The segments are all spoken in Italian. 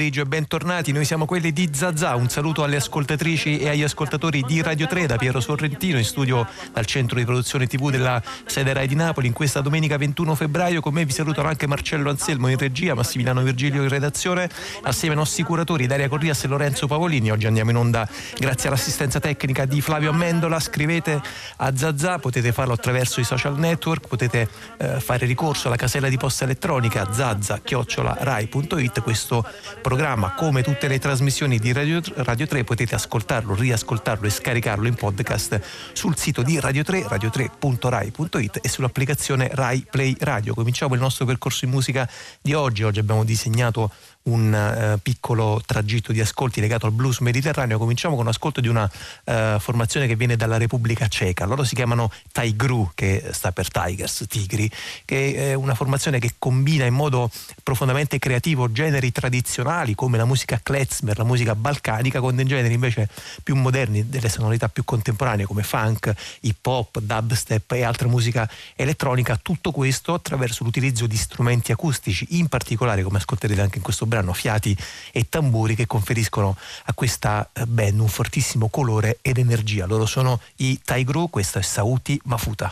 pomeriggio e bentornati. Noi siamo quelli di Zazà. Un saluto alle ascoltatrici e agli ascoltatori di Radio 3 da Piero Sorrentino in studio dal centro di produzione TV della sede Rai di Napoli. In questa domenica 21 febbraio con me vi salutano anche Marcello Anselmo in regia, Massimiliano Virgilio in redazione, assieme ai nostri curatori Daria Corrias e Lorenzo Pavolini. Oggi andiamo in onda grazie all'assistenza tecnica di Flavio Amendola. Scrivete a Zazà, potete farlo attraverso i social network, potete fare ricorso alla casella di posta elettronica zazza@rai.it. Questo programma, come tutte le trasmissioni di Radio 3, potete ascoltarlo, riascoltarlo e scaricarlo in podcast sul sito di Radio 3, radio3.rai.it e sull'applicazione Rai Play Radio. Cominciamo il nostro percorso in musica di oggi. Oggi abbiamo disegnato un piccolo tragitto di ascolti legato al blues mediterraneo. Cominciamo con un ascolto di una formazione che viene dalla Repubblica Ceca. Loro si chiamano Tigru, che sta per Tigers, Tigri, che è una formazione che combina in modo profondamente creativo generi tradizionali come la musica klezmer, la musica balcanica, con dei generi invece più moderni, delle sonorità più contemporanee come funk, hip hop, dubstep e altra musica elettronica. Tutto questo attraverso l'utilizzo di strumenti acustici, in particolare, come ascolterete anche in questo brano, fiati e tamburi che conferiscono a questa band un fortissimo colore ed energia. Loro sono i Tigru, questo è Sauti Mafuta.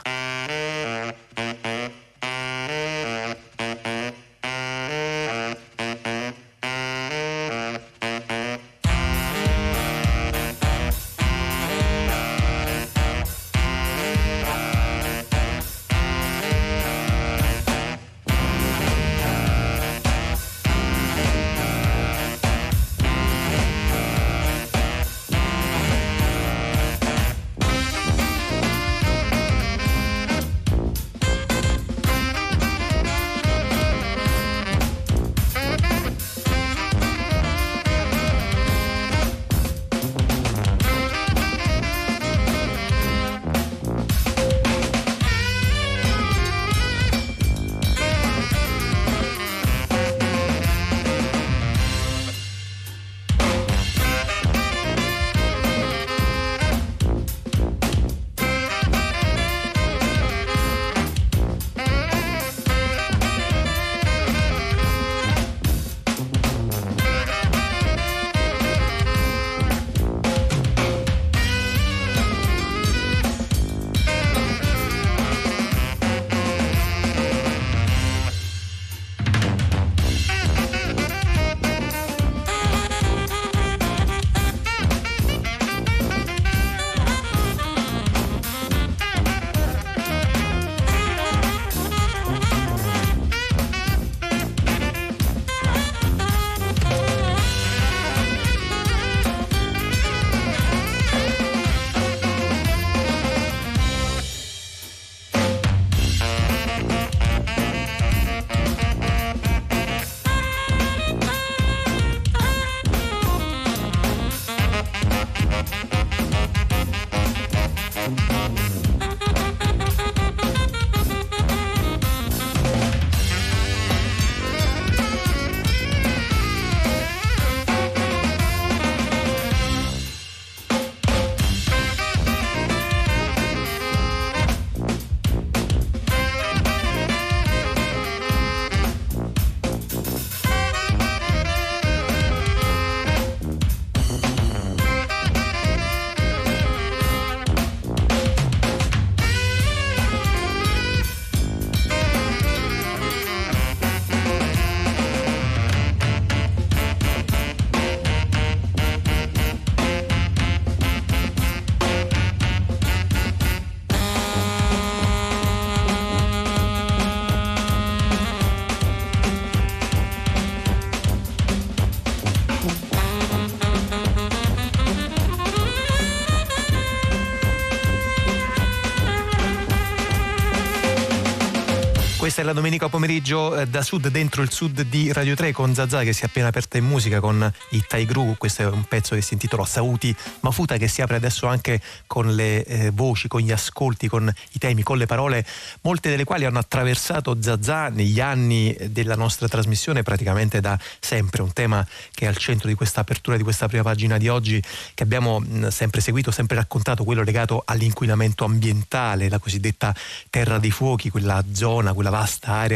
Questa è la domenica pomeriggio da sud dentro il sud di Radio 3 con Zazà che si è appena aperta in musica con i Tigru. Questo è un pezzo che si intitola Sauti Mafuta, che si apre adesso anche con le voci, con gli ascolti, con i temi, con le parole, molte delle quali hanno attraversato Zazà negli anni della nostra trasmissione praticamente da sempre. Un tema che è al centro di questa apertura, di questa prima pagina di oggi, che abbiamo sempre seguito, sempre raccontato, quello legato all'inquinamento ambientale, la cosiddetta terra dei fuochi, quella zona, quella vasta area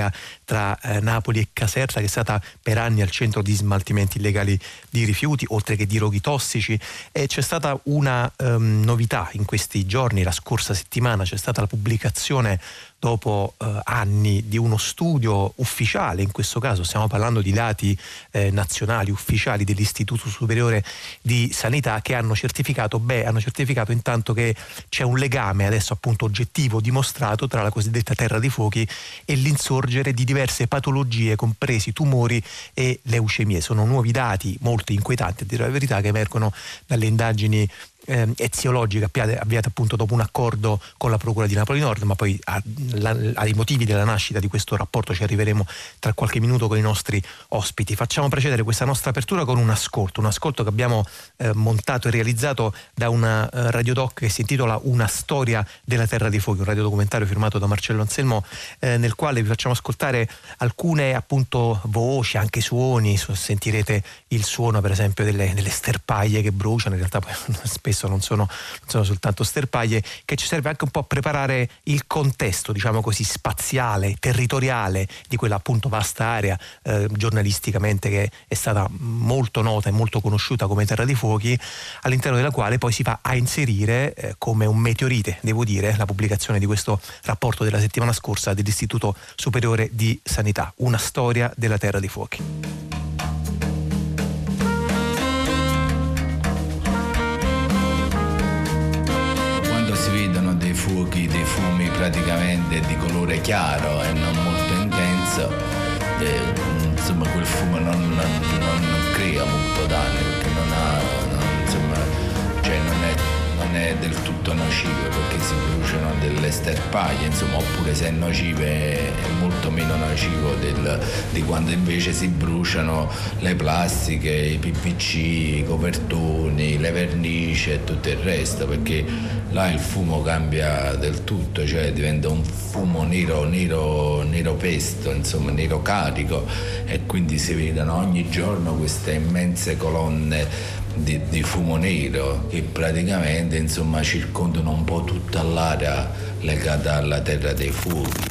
tra Napoli e Caserta, che è stata per anni al centro di smaltimenti illegali di rifiuti, oltre che di roghi tossici. E c'è stata una novità in questi giorni, la scorsa settimana c'è stata la pubblicazione, dopo anni, di uno studio ufficiale. In questo caso stiamo parlando di dati nazionali ufficiali dell'Istituto Superiore di Sanità, che hanno certificato intanto che c'è un legame adesso appunto oggettivo dimostrato tra la cosiddetta terra dei fuochi e l'insorgere di diverse patologie, compresi tumori e leucemie. Sono nuovi dati molto inquietanti, a dire la verità, che emergono dalle indagini eziologiche avviate appunto dopo un accordo con la Procura di Napoli Nord, ma poi ai motivi della nascita di questo rapporto ci arriveremo tra qualche minuto con i nostri ospiti. Facciamo precedere questa nostra apertura con un ascolto che abbiamo montato e realizzato da una radiodoc che si intitola Una storia della terra dei fuochi, un radiodocumentario firmato da Marcello Anselmo, nel quale vi facciamo ascoltare alcune appunto voci, anche suoni. Sentirete il suono per esempio delle sterpaglie che bruciano, in realtà poi spesso non sono soltanto sterpaglie, che ci serve anche un po' a preparare il contesto, diciamo così, spaziale, territoriale di quella appunto vasta area giornalisticamente che è stata molto nota e molto conosciuta come terra dei fuochi, all'interno della quale poi si va a inserire come un meteorite, devo dire, la pubblicazione di questo rapporto della settimana scorsa dell'Istituto Superiore di Sanità, Una storia della terra dei fuochi. Si vedono dei fuochi, dei fumi praticamente di colore chiaro e non molto intenso, insomma quel fumo non crea molto danni, perché non è del tutto nocivo, perché si bruciano delle sterpaglie, insomma, oppure se è nocivo è molto meno nocivo di quando invece si bruciano le plastiche, i PVC, i copertoni, le vernici e tutto il resto, perché là il fumo cambia del tutto, cioè diventa un fumo nero pesto, insomma nero carico, e quindi si vedono ogni giorno queste immense colonne di fumo nero che praticamente insomma circondano un po' tutta l'area legata alla terra dei fuochi.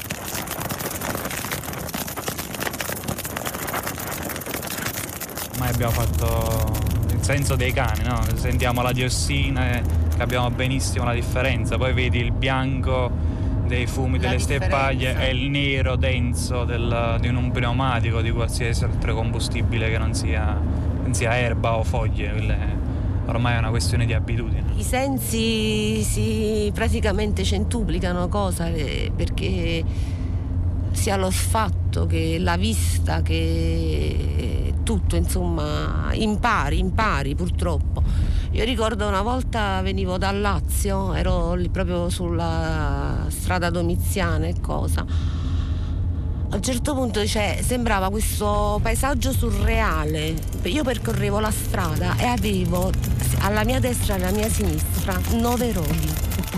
Ormai abbiamo fatto il senso dei cani, no? Sentiamo la diossina e capiamo benissimo la differenza, poi vedi il bianco dei fumi delle sterpaglie e il nero denso di un pneumatico, di qualsiasi altro combustibile che non sia erba o foglie. Ormai è una questione di abitudine. I sensi si praticamente centuplicano, perché sia l'olfatto che la vista che tutto, insomma, impari purtroppo. Io ricordo una volta venivo dal Lazio, ero lì proprio sulla strada Domiziana e cosa. A un certo punto sembrava questo paesaggio surreale. Io percorrevo la strada e avevo alla mia destra e alla mia sinistra 9 roghi.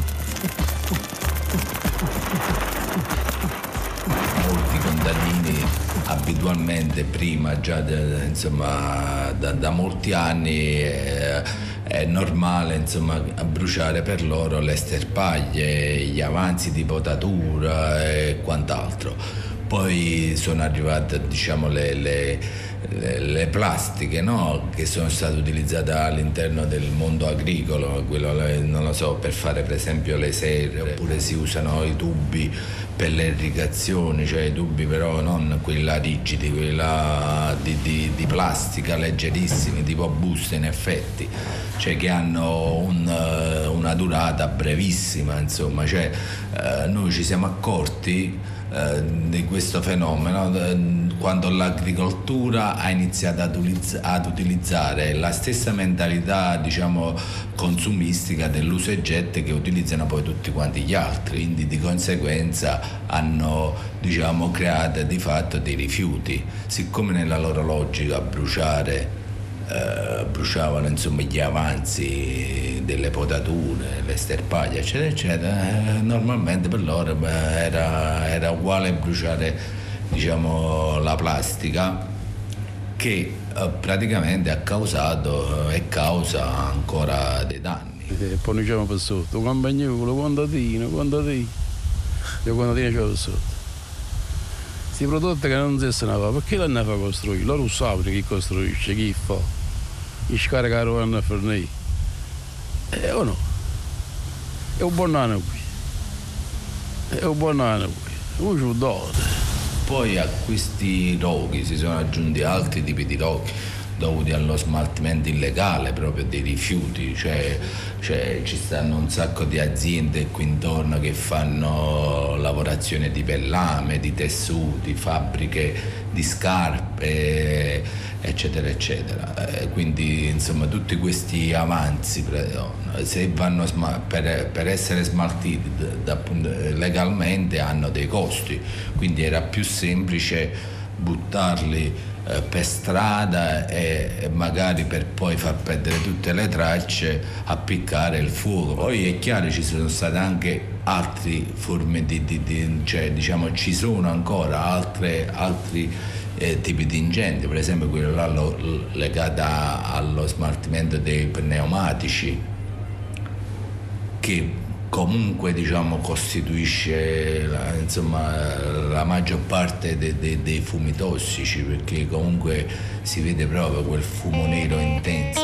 Molti contadini abitualmente prima, già da molti anni, è normale insomma bruciare per loro le sterpaglie, gli avanzi di potatura e quant'altro. Poi sono arrivate le plastiche, no? Che sono state utilizzate all'interno del mondo agricolo, quello, non lo so, per fare per esempio le serre, oppure si usano i tubi per le irrigazioni, cioè i tubi però non quelli là rigidi, quelli là di plastica leggerissimi, tipo buste in effetti, cioè che hanno una durata brevissima, insomma, cioè noi ci siamo accorti di questo fenomeno quando l'agricoltura ha iniziato ad utilizzare la stessa mentalità, diciamo, consumistica dell'usa e getta che utilizzano poi tutti quanti gli altri, quindi di conseguenza hanno, diciamo, creato di fatto dei rifiuti. Siccome nella loro logica bruciavano insomma gli avanzi delle potature, le sterpaglie eccetera eccetera, normalmente per loro era uguale bruciare, diciamo, la plastica, che praticamente ha causato e causa ancora dei danni. E poi noi siamo per sotto, un campagnolo, quantatino, io quantatino c'ho per sotto. questi prodotti che non si sanno, perché l'hanno fa costruire? Loro sanno chi costruisce, chi fa, chi scarica la roba a fornire. O no? È un buon anno qui. È un buon anno qui. Non ci do. Poi a questi roghi si sono aggiunti altri tipi di roghi dovuti allo smaltimento illegale proprio dei rifiuti, cioè ci stanno un sacco di aziende qui intorno che fanno lavorazione di pellame, di tessuti, fabbriche di scarpe, eccetera eccetera. Quindi insomma tutti questi avanzi se vanno per essere smaltiti legalmente hanno dei costi, quindi era più semplice buttarli per strada e magari per poi far perdere tutte le tracce, appiccare il fuoco. Poi è chiaro ci sono state anche altre forme cioè diciamo ci sono ancora altri tipi di incendi, per esempio quello là legato allo smaltimento dei pneumatici, che comunque diciamo costituisce la maggior parte dei fumi tossici, perché comunque si vede proprio quel fumo nero intenso.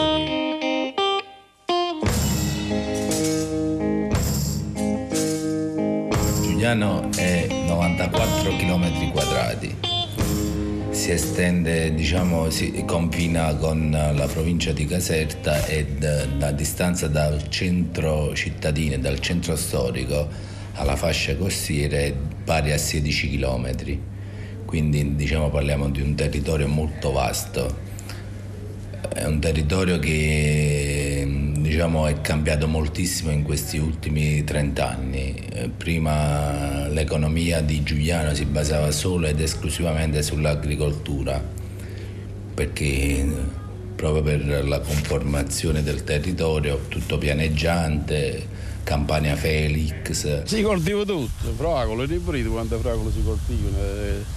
Giugliano è 94 km quadrati. Si estende, diciamo, si confina con la provincia di Caserta e la distanza dal centro cittadino, dal centro storico alla fascia costiera è pari a 16 km. Quindi diciamo parliamo di un territorio molto vasto. È un territorio che diciamo è cambiato moltissimo in questi ultimi 30 anni. Prima l'economia di Giugliano si basava solo ed esclusivamente sull'agricoltura, perché proprio per la conformazione del territorio, tutto pianeggiante, Campania Felix. Si coltiva tutto, fragole, ribrito, quante fragole si coltivano.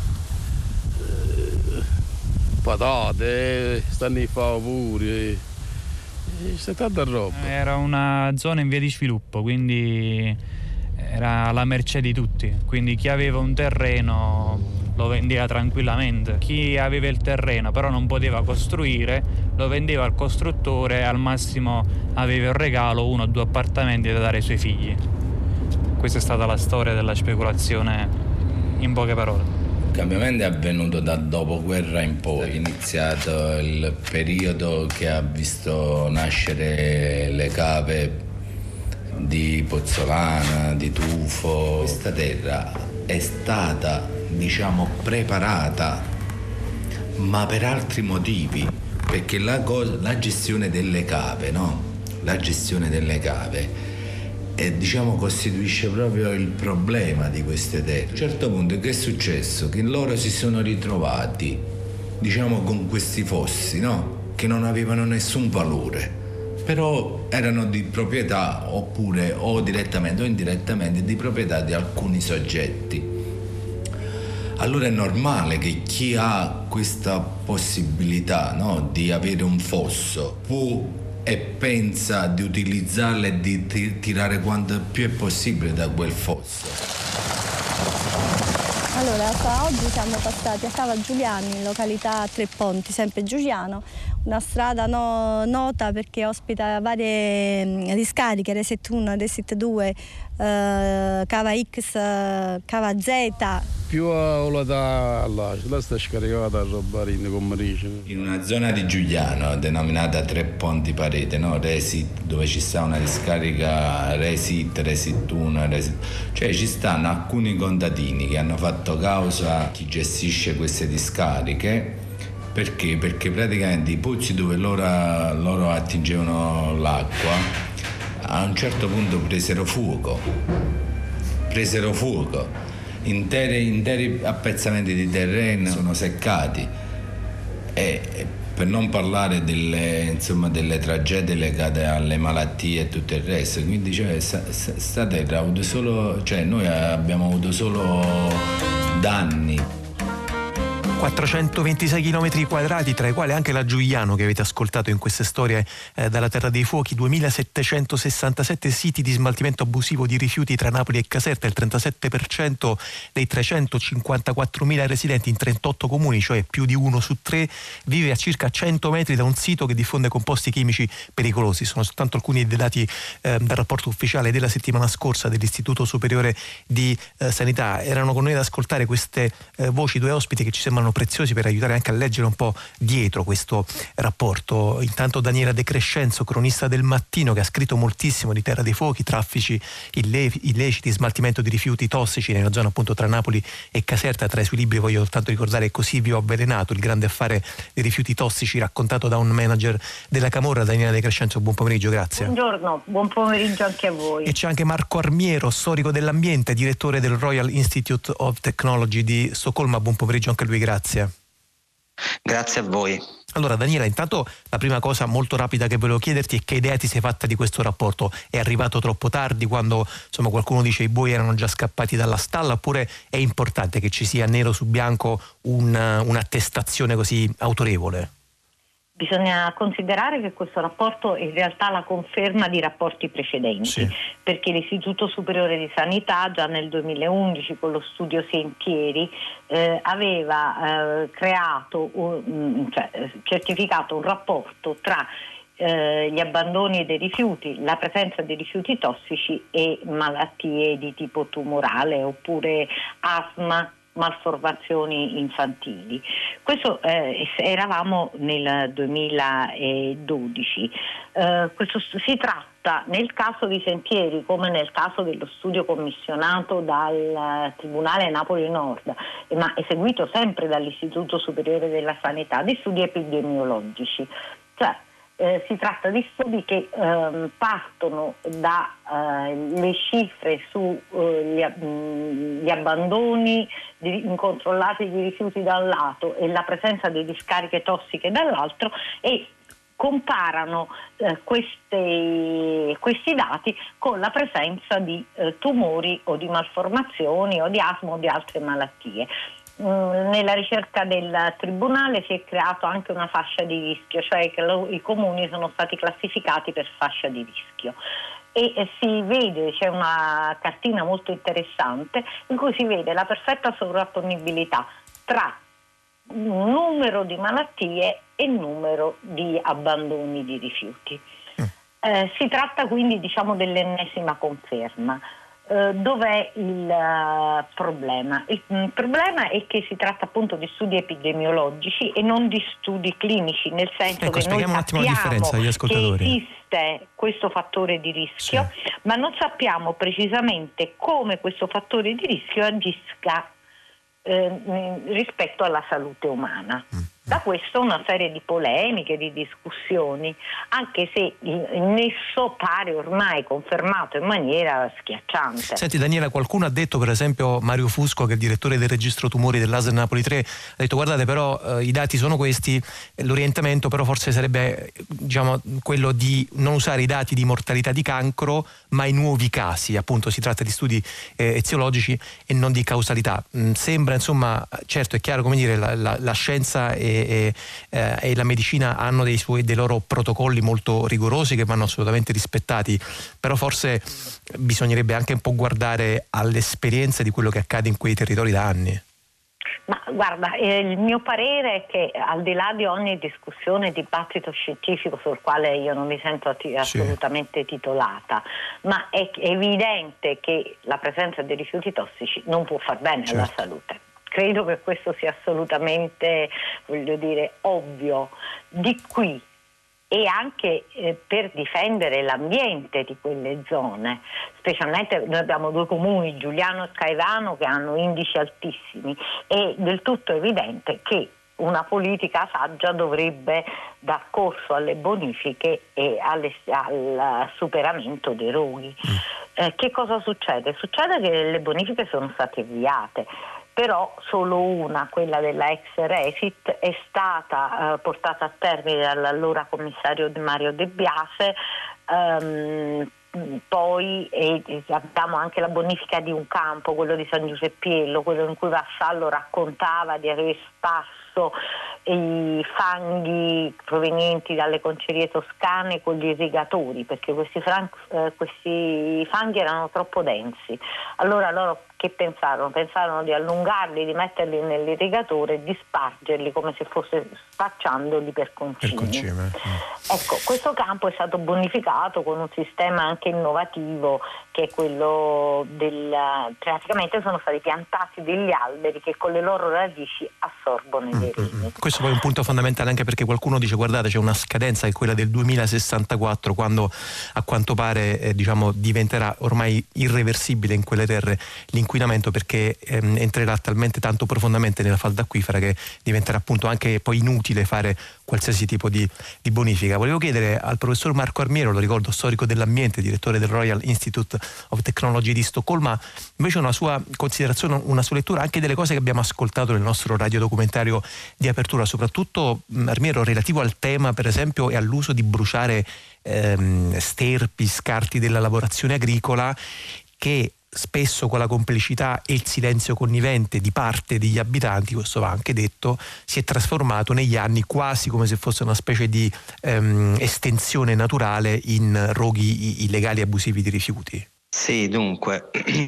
Patate, stanno in pure, c'è tanta roba. Era una zona in via di sviluppo, quindi era alla mercé di tutti, quindi chi aveva un terreno lo vendeva tranquillamente, chi aveva il terreno però non poteva costruire lo vendeva al costruttore, al massimo aveva un regalo, 1 o 2 appartamenti da dare ai suoi figli. Questa è stata la storia della speculazione in poche parole. Il cambiamento è avvenuto da dopoguerra in poi, è iniziato il periodo che ha visto nascere le cave di Pozzolana, di Tufo. Questa terra è stata, diciamo, preparata, ma per altri motivi, perché la gestione delle cave, no? La gestione delle cave diciamo costituisce proprio il problema di queste terre. A un certo punto che è successo? Che loro si sono ritrovati, diciamo, con questi fossi, no? Che non avevano nessun valore, però erano di proprietà, oppure o direttamente o indirettamente di proprietà di alcuni soggetti. Allora è normale che chi ha questa possibilità, no, di avere un fosso può e pensa di utilizzarla e di tirare quanto più è possibile da quel fosso. Allora, oggi siamo passati a Cava Giuliani, in località Tre Ponti, sempre Giuliano, una strada nota perché ospita varie discariche, Reset 1, Reset 2, Cava X, Cava Z. Più là sta scaricata a roba come dice. In una zona di Giuliano denominata Tre Ponti Parete, no? Resit, dove ci sta una discarica Resit 1, cioè ci stanno alcuni contadini che hanno fatto causa a chi gestisce queste discariche. Perché? Perché praticamente i pozzi dove loro attingevano l'acqua a un certo punto presero fuoco. Interi appezzamenti di terreno sono seccati, e per non parlare delle tragedie legate alle malattie e tutto il resto. Quindi cioè, sta terra ha avuto solo, cioè noi abbiamo avuto solo danni. 426 km quadrati, tra i quali anche la Giuliano che avete ascoltato in queste storie dalla Terra dei Fuochi, 2767 siti di smaltimento abusivo di rifiuti tra Napoli e Caserta, il 37% dei 354.000 residenti in 38 comuni, cioè più di 1 su 3, vive a circa 100 metri da un sito che diffonde composti chimici pericolosi. Sono soltanto alcuni dei dati dal rapporto ufficiale della settimana scorsa dell'Istituto Superiore di Sanità. Erano con noi ad ascoltare queste voci, due ospiti che ci sembrano preziosi per aiutare anche a leggere un po' dietro questo rapporto. Intanto Daniela De Crescenzo, cronista del Mattino, che ha scritto moltissimo di Terra dei Fuochi, traffici illeciti, smaltimento di rifiuti tossici nella zona appunto tra Napoli e Caserta. Tra i suoi libri voglio soltanto ricordare Così vi ho avvelenato, il grande affare dei rifiuti tossici raccontato da un manager della Camorra. Daniela De Crescenzo, buon pomeriggio, grazie. Buongiorno, buon pomeriggio anche a voi. E c'è anche Marco Armiero, storico dell'ambiente, direttore del Royal Institute of Technology di Stoccolma. Buon pomeriggio anche a lui, grazie. Grazie a voi. Allora Daniela, intanto la prima cosa molto rapida che volevo chiederti è che idea ti sei fatta di questo rapporto? È arrivato troppo tardi, quando insomma qualcuno dice i buoi erano già scappati dalla stalla, oppure è importante che ci sia nero su bianco un'attestazione così autorevole? Bisogna considerare che questo rapporto è in realtà la conferma di rapporti precedenti, sì, perché l'Istituto Superiore di Sanità già nel 2011 con lo studio Sentieri aveva certificato un rapporto tra gli abbandoni dei rifiuti, la presenza di rifiuti tossici e malattie di tipo tumorale oppure asma, malformazioni infantili. Questo eravamo nel 2012. Si tratta, nel caso di Sentieri come nel caso dello studio commissionato dal Tribunale Napoli Nord, ma eseguito sempre dall'Istituto Superiore della Sanità, di studi epidemiologici. Cioè, si tratta di studi che partono dalle cifre sugli abbandoni incontrollati di rifiuti da un lato e la presenza di discariche tossiche dall'altro e comparano questi dati con la presenza di tumori o di malformazioni o di asma o di altre malattie. Nella ricerca del Tribunale si è creato anche una fascia di rischio, cioè che i comuni sono stati classificati per fascia di rischio e si vede, c'è una cartina molto interessante in cui si vede la perfetta sovrapponibilità tra numero di malattie e numero di abbandoni di rifiuti. Si tratta quindi dell'ennesima conferma. Dov'è il problema? Il problema è che si tratta appunto di studi epidemiologici e non di studi clinici, nel senso che noi sappiamo che esiste questo fattore di rischio, sì, ma non sappiamo precisamente come questo fattore di rischio agisca rispetto alla salute umana. Da questo una serie di polemiche, di discussioni, anche se il nesso pare ormai confermato in maniera schiacciante. Senti Daniela, qualcuno ha detto, per esempio Mario Fusco, che è il direttore del registro tumori dell'ASL Napoli 3, ha detto guardate però i dati sono questi, l'orientamento però forse sarebbe quello di non usare i dati di mortalità di cancro ma i nuovi casi, appunto si tratta di studi eziologici e non di causalità. Sembra insomma, certo è chiaro, come dire, la scienza e la medicina hanno dei loro protocolli molto rigorosi che vanno assolutamente rispettati, però forse bisognerebbe anche un po' guardare all'esperienza di quello che accade in quei territori da anni. Ma guarda, il mio parere è che al di là di ogni discussione e dibattito scientifico sul quale io non mi sento assolutamente titolata, ma è evidente che la presenza di rifiuti tossici non può far bene alla salute. Credo che questo sia assolutamente, ovvio. Di qui e anche per difendere l'ambiente di quelle zone, specialmente noi abbiamo due comuni, Giuliano e Caivano, che hanno indici altissimi, è del tutto evidente che una politica saggia dovrebbe dar corso alle bonifiche e al superamento dei roghi. Che cosa succede? Succede che le bonifiche sono state avviate, però solo una, quella della ex Refit, è stata portata a termine dall'allora commissario Mario De Biase poi abbiamo anche la bonifica di un campo, quello di San Giuseppiello, quello in cui Vassallo raccontava di aver sparso i fanghi provenienti dalle concerie toscane con gli irrigatori, perché questi fanghi erano troppo densi. Allora loro che pensarono? Pensarono di allungarli, di metterli nell'irrigatore e di spargerli come se fosse spacciandoli per concime. Ecco, questo campo è stato bonificato con un sistema anche innovativo, che è quello praticamente sono stati piantati degli alberi che con le loro radici assorbono i veleni. Questo poi è un punto fondamentale, anche perché qualcuno dice: guardate, c'è una scadenza che è quella del 2064, quando a quanto pare diventerà ormai irreversibile in quelle terre l'inquinamento, perché entrerà talmente tanto profondamente nella falda acquifera che diventerà appunto anche poi inutile fare qualsiasi tipo di bonifica. Volevo chiedere al professor Marco Armiero, lo ricordo, storico dell'ambiente, direttore del Royal Institute of Technology di Stoccolma, invece una sua considerazione, una sua lettura anche delle cose che abbiamo ascoltato nel nostro radiodocumentario di apertura, soprattutto Armiero relativo al tema per esempio e all'uso di bruciare sterpi, scarti della lavorazione agricola, che spesso con la complicità e il silenzio connivente di parte degli abitanti, questo va anche detto, si è trasformato negli anni quasi come se fosse una specie di estensione naturale in roghi illegali e abusivi di rifiuti. Sì, dunque,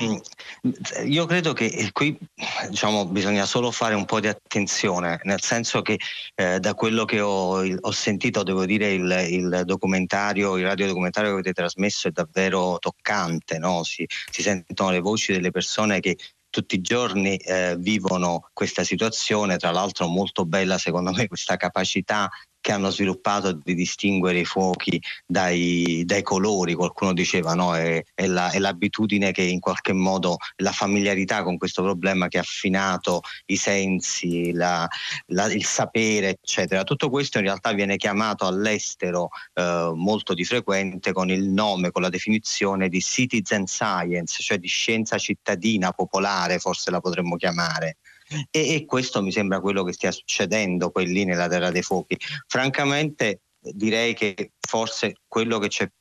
io credo che qui bisogna solo fare un po' di attenzione, nel senso che da quello che ho sentito, devo dire, il radiodocumentario che avete trasmesso è davvero toccante, no? Si sentono le voci delle persone che tutti i giorni vivono questa situazione, tra l'altro molto bella secondo me questa capacità che hanno sviluppato di distinguere i fuochi dai colori. Qualcuno diceva no, è l'abitudine che in qualche modo, la familiarità con questo problema che ha affinato i sensi, il sapere eccetera. Tutto questo in realtà viene chiamato all'estero molto di frequente con il nome, con la definizione di citizen science, cioè di scienza cittadina popolare, forse la potremmo chiamare. E questo mi sembra quello che stia succedendo poi lì nella Terra dei Fuochi. Francamente direi che forse quello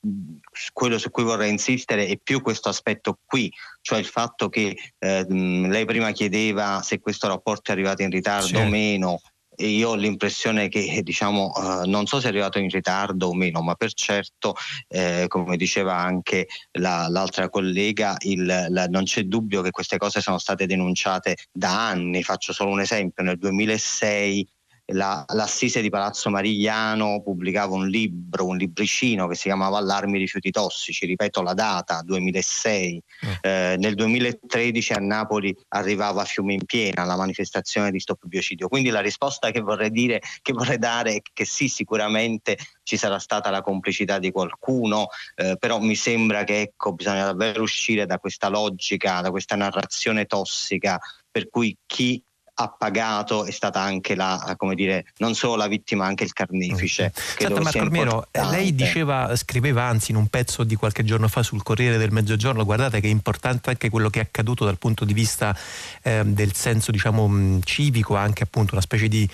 su cui vorrei insistere è più questo aspetto qui, cioè il fatto che lei prima chiedeva se questo rapporto è arrivato in ritardo o meno. E io ho l'impressione che non so se è arrivato in ritardo o meno, ma per certo come diceva anche l'altra collega, non c'è dubbio che queste cose sono state denunciate da anni. Faccio solo un esempio: nel 2006 l'Assise di Palazzo Marigliano pubblicava un libricino che si chiamava Allarmi rifiuti tossici, ripeto la data, 2006. Nel 2013 a Napoli arrivava Fiume in Piena la manifestazione di Stop Biocidio. Quindi la risposta che vorrei dare è che sì, sicuramente ci sarà stata la complicità di qualcuno, però mi sembra che bisogna davvero uscire da questa logica, da questa narrazione tossica per cui chi ha pagato è stata anche non solo la vittima, anche il carnefice. Senta Marco Armiero, lei scriveva anzi in un pezzo di qualche giorno fa sul Corriere del Mezzogiorno: guardate che è importante anche quello che è accaduto dal punto di vista del senso civico, anche appunto una specie di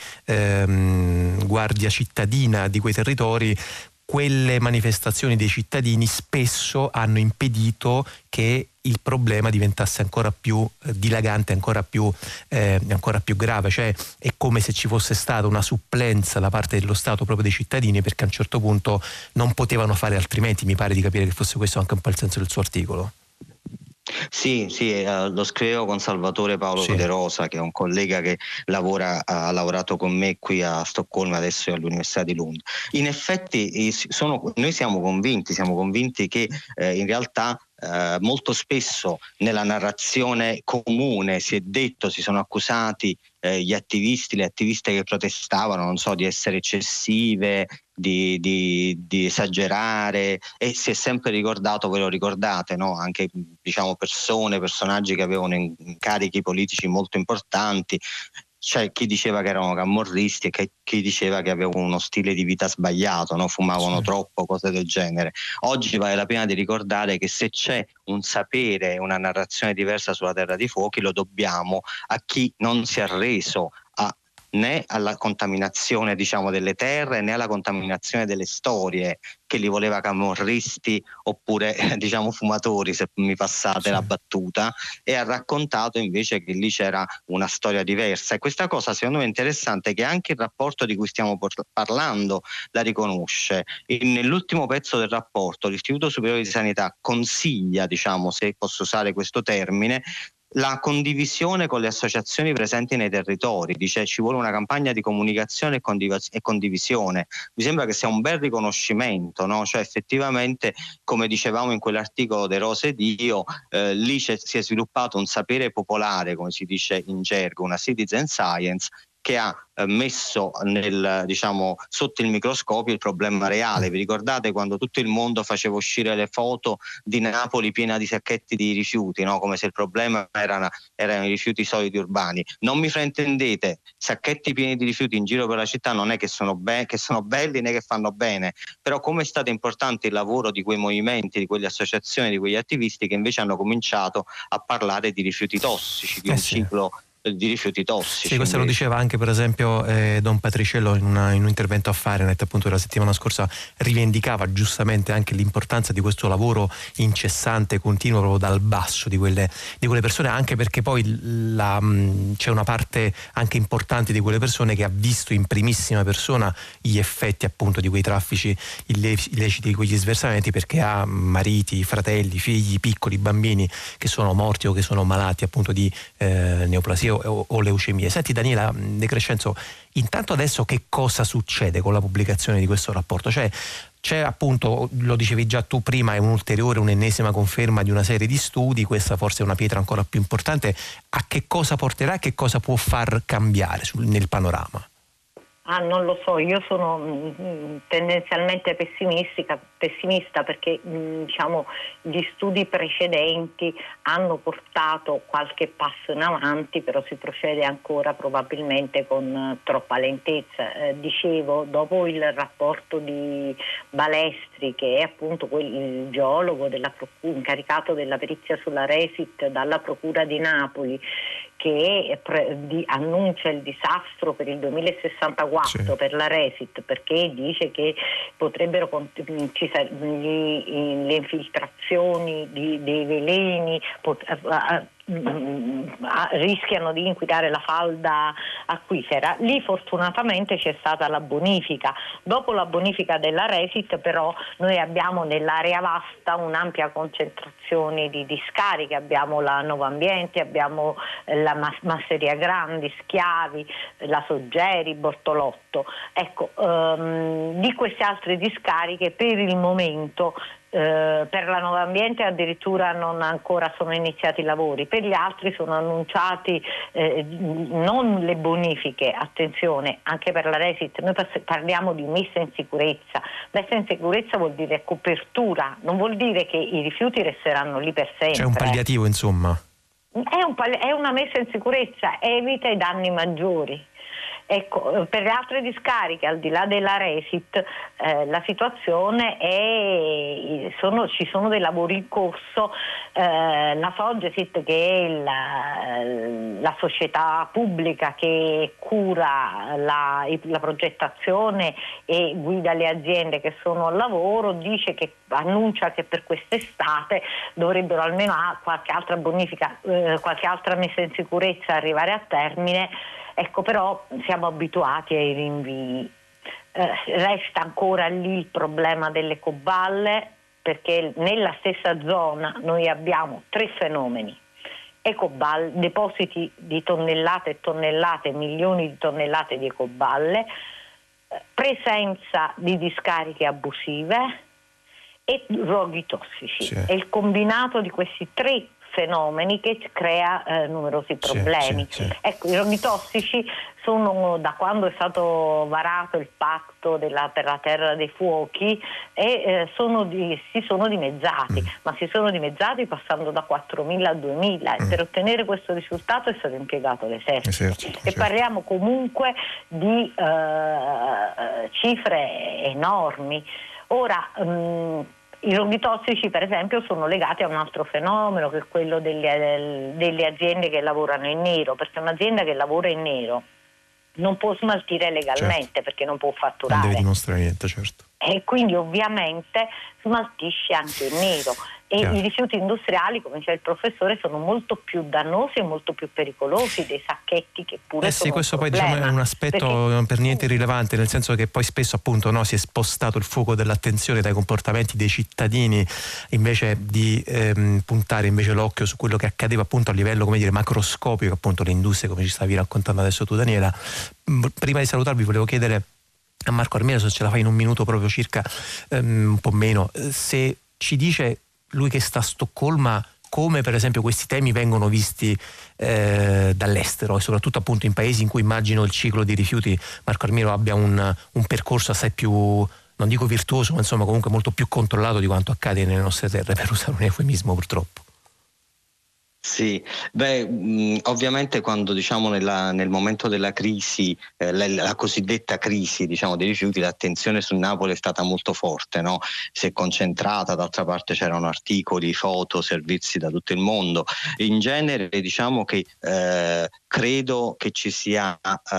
guardia cittadina di quei territori. Quelle manifestazioni dei cittadini spesso hanno impedito che il problema diventasse ancora più dilagante, ancora più grave, cioè è come se ci fosse stata una supplenza da parte dello Stato proprio dei cittadini, perché a un certo punto non potevano fare altrimenti. Mi pare di capire che fosse questo anche un po' il senso del suo articolo. Sì, lo scrivevo con Salvatore Paolo De Rosa, che è un collega che ha lavorato con me qui a Stoccolma, adesso è all'Università di Lund. In effetti noi siamo convinti che in realtà molto spesso nella narrazione comune si sono accusati gli attivisti, le attiviste che protestavano, non so, di essere eccessive, di esagerare, e si è sempre ricordato, voi lo ricordate, no? Anche personaggi che avevano incarichi politici molto importanti. C'è chi diceva che erano camorristi e chi diceva che avevano uno stile di vita sbagliato, no? Fumavano troppo, cose del genere. Oggi vale la pena di ricordare che se c'è un sapere, una narrazione diversa sulla Terra dei Fuochi, lo dobbiamo a chi non si è arreso a né alla contaminazione, diciamo, delle terre, né alla contaminazione delle storie che li voleva camorristi oppure diciamo fumatori, se mi passate la battuta, e ha raccontato invece che lì c'era una storia diversa. E questa cosa secondo me è interessante, che anche il rapporto di cui stiamo parlando la riconosce. Nell'ultimo pezzo del rapporto l'Istituto Superiore di Sanità consiglia, diciamo, se posso usare questo termine, la condivisione con le associazioni presenti nei territori. Dice ci vuole una campagna di comunicazione e condivisione. Mi sembra che sia un bel riconoscimento, no? Cioè effettivamente, come dicevamo in quell'articolo de Rose Dio, lì si è sviluppato un sapere popolare, come si dice in gergo, una citizen science, che ha messo diciamo, sotto il microscopio il problema reale. Vi ricordate quando tutto il mondo faceva uscire le foto di Napoli piena di sacchetti di rifiuti, no? Come se il problema erano i rifiuti solidi urbani. Non mi fraintendete, sacchetti pieni di rifiuti in giro per la città non è che sono belli né che fanno bene, però come è stato importante il lavoro di quei movimenti, di quelle associazioni, di quegli attivisti che invece hanno cominciato a parlare di rifiuti tossici, di un ciclo di rifiuti tossici. Sì, questo lo diceva anche per esempio Don Patriciello in un intervento a Fahrenheit, appunto, la settimana scorsa, rivendicava giustamente anche l'importanza di questo lavoro incessante, continuo, proprio dal basso di quelle persone, anche perché poi c'è una parte anche importante di quelle persone che ha visto in primissima persona gli effetti appunto di quei traffici illeciti, di quegli sversamenti, perché ha mariti, fratelli, figli, piccoli bambini che sono morti o che sono malati appunto di neoplasia o leucemie. Senti Daniela De Crescenzo, intanto adesso che cosa succede con la pubblicazione di questo rapporto? Cioè c'è appunto, lo dicevi già tu prima, è un'ennesima conferma di una serie di studi, questa forse è una pietra ancora più importante. A che cosa porterà, che cosa può far cambiare nel panorama? Non lo so, io sono tendenzialmente pessimista perché diciamo gli studi precedenti hanno portato qualche passo in avanti, però si procede ancora probabilmente con troppa lentezza. Dicevo, dopo il rapporto di Balestri, che è appunto il geologo incaricato della perizia sulla Resit dalla Procura di Napoli, che annuncia il disastro per il 2064 per la Resit, perché dice che potrebbero le infiltrazioni dei veleni rischiano di inquinare la falda acquifera. Lì fortunatamente c'è stata la bonifica. Dopo la bonifica della Resit però noi abbiamo nell'area vasta un'ampia concentrazione di discariche, abbiamo la Novo Ambiente, abbiamo la Masseria Grandi, Schiavi, la Soggeri, Bortolotto. Ecco, di queste altre discariche per il momento per la Nuova Ambiente addirittura non ancora sono iniziati i lavori, per gli altri sono annunciati non le bonifiche, attenzione, anche per la Resit noi parliamo di messa in sicurezza. Messa in sicurezza vuol dire copertura, non vuol dire che i rifiuti resteranno lì per sempre. C'è un palliativo, insomma. È una messa in sicurezza, evita i danni maggiori. Ecco, per le altre discariche, al di là della Resit, la situazione ci sono dei lavori in corso. La Sogesit, che è la società pubblica che cura la progettazione e guida le aziende che sono al lavoro, annuncia che per quest'estate dovrebbero almeno qualche altra bonifica, qualche altra messa in sicurezza arrivare a termine. Ecco, però siamo abituati ai rinvii. Resta ancora lì il problema delle ecoballe, perché nella stessa zona noi abbiamo 3 fenomeni: ecoballe, depositi di tonnellate e tonnellate, milioni di tonnellate di ecoballe, presenza di discariche abusive e roghi tossici. Sì. È il combinato di questi 3 fenomeni che crea numerosi problemi. Sì. Ecco, i roghi tossici sono, da quando è stato varato il patto per la terra dei fuochi, si sono dimezzati, ma si sono dimezzati passando da 4.000 a 2.000 e per ottenere questo risultato è stato impiegato l'esercito. E parliamo comunque di cifre enormi. Ora, i roghi tossici per esempio sono legati a un altro fenomeno, che è quello delle aziende che lavorano in nero, perché un'azienda che lavora in nero non può smaltire legalmente, certo, perché non può fatturare. Non deve dimostrare niente, certo. E quindi ovviamente smaltisce anche in nero. E Chiaro. I rifiuti industriali, come diceva il professore, sono molto più dannosi e molto più pericolosi dei sacchetti, che pure sono sì, questo un poi problema, diciamo è un aspetto perché per niente irrilevante, nel senso che poi spesso appunto si è spostato il fuoco dell'attenzione dai comportamenti dei cittadini, invece di puntare invece l'occhio su quello che accadeva appunto a livello, come dire, macroscopico, appunto le industrie, come ci stavi raccontando adesso tu, Daniela. Prima di salutarvi volevo chiedere a Marco Armiero, se ce la fai in un minuto proprio circa, un po' meno, se ci dice lui che sta a Stoccolma come per esempio questi temi vengono visti dall'estero, e soprattutto appunto in paesi in cui immagino il ciclo dei rifiuti, Marco Armiero, abbia un percorso assai più, non dico virtuoso, ma insomma comunque molto più controllato di quanto accade nelle nostre terre, per usare un eufemismo purtroppo. Sì, ovviamente quando diciamo nel momento della crisi, la cosiddetta crisi diciamo dei rifiuti, l'attenzione su Napoli è stata molto forte, no? Si è concentrata, d'altra parte c'erano articoli, foto, servizi da tutto il mondo. In genere diciamo che credo che ci sia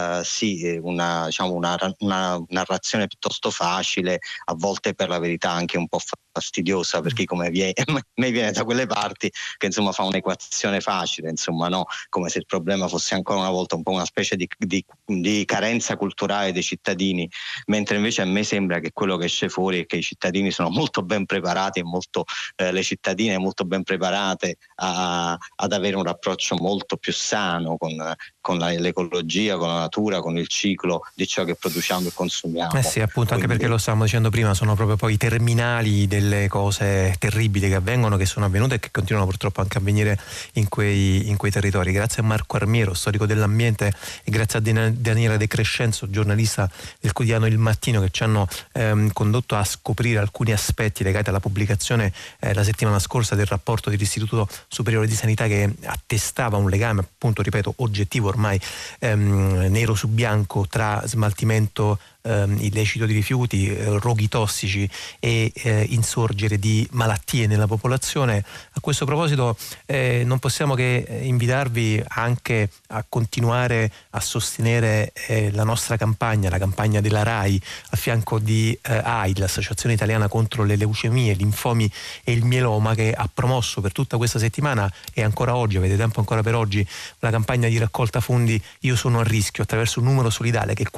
una narrazione piuttosto facile, a volte per la verità anche un po' fastidiosa, perché come me viene da quelle parti che insomma fa un'equazione facile, insomma, no? Come se il problema fosse ancora una volta un po' una specie di carenza culturale dei cittadini, mentre invece a me sembra che quello che esce fuori è che i cittadini sono molto ben preparati e le cittadine molto ben preparate ad avere un approccio molto più sano con l'ecologia, con la natura, con il ciclo di ciò che produciamo e consumiamo. Sì, appunto, anche perché lo stavamo dicendo prima, sono proprio poi i terminali delle cose terribili che avvengono, che sono avvenute e che continuano purtroppo anche a avvenire in quei territori. Grazie a Marco Armiero, storico dell'ambiente, e grazie a Daniela De Crescenzo, giornalista del quotidiano Il Mattino, che ci hanno condotto a scoprire alcuni aspetti legati alla pubblicazione la settimana scorsa del rapporto dell'Istituto Superiore di Sanità, che attestava un legame, appunto, ripeto, oggettivo ormai, nero su bianco, tra smaltimento illecito di rifiuti, roghi tossici e insorgere di malattie nella popolazione. A questo proposito non possiamo che invitarvi anche a continuare a sostenere la nostra campagna, la campagna della RAI, a fianco di AIL, l'Associazione Italiana contro le leucemie, linfomi e il mieloma, che ha promosso per tutta questa settimana e ancora oggi, avete tempo ancora per oggi, la campagna di raccolta fondi Io sono a rischio, attraverso un numero solidale che è il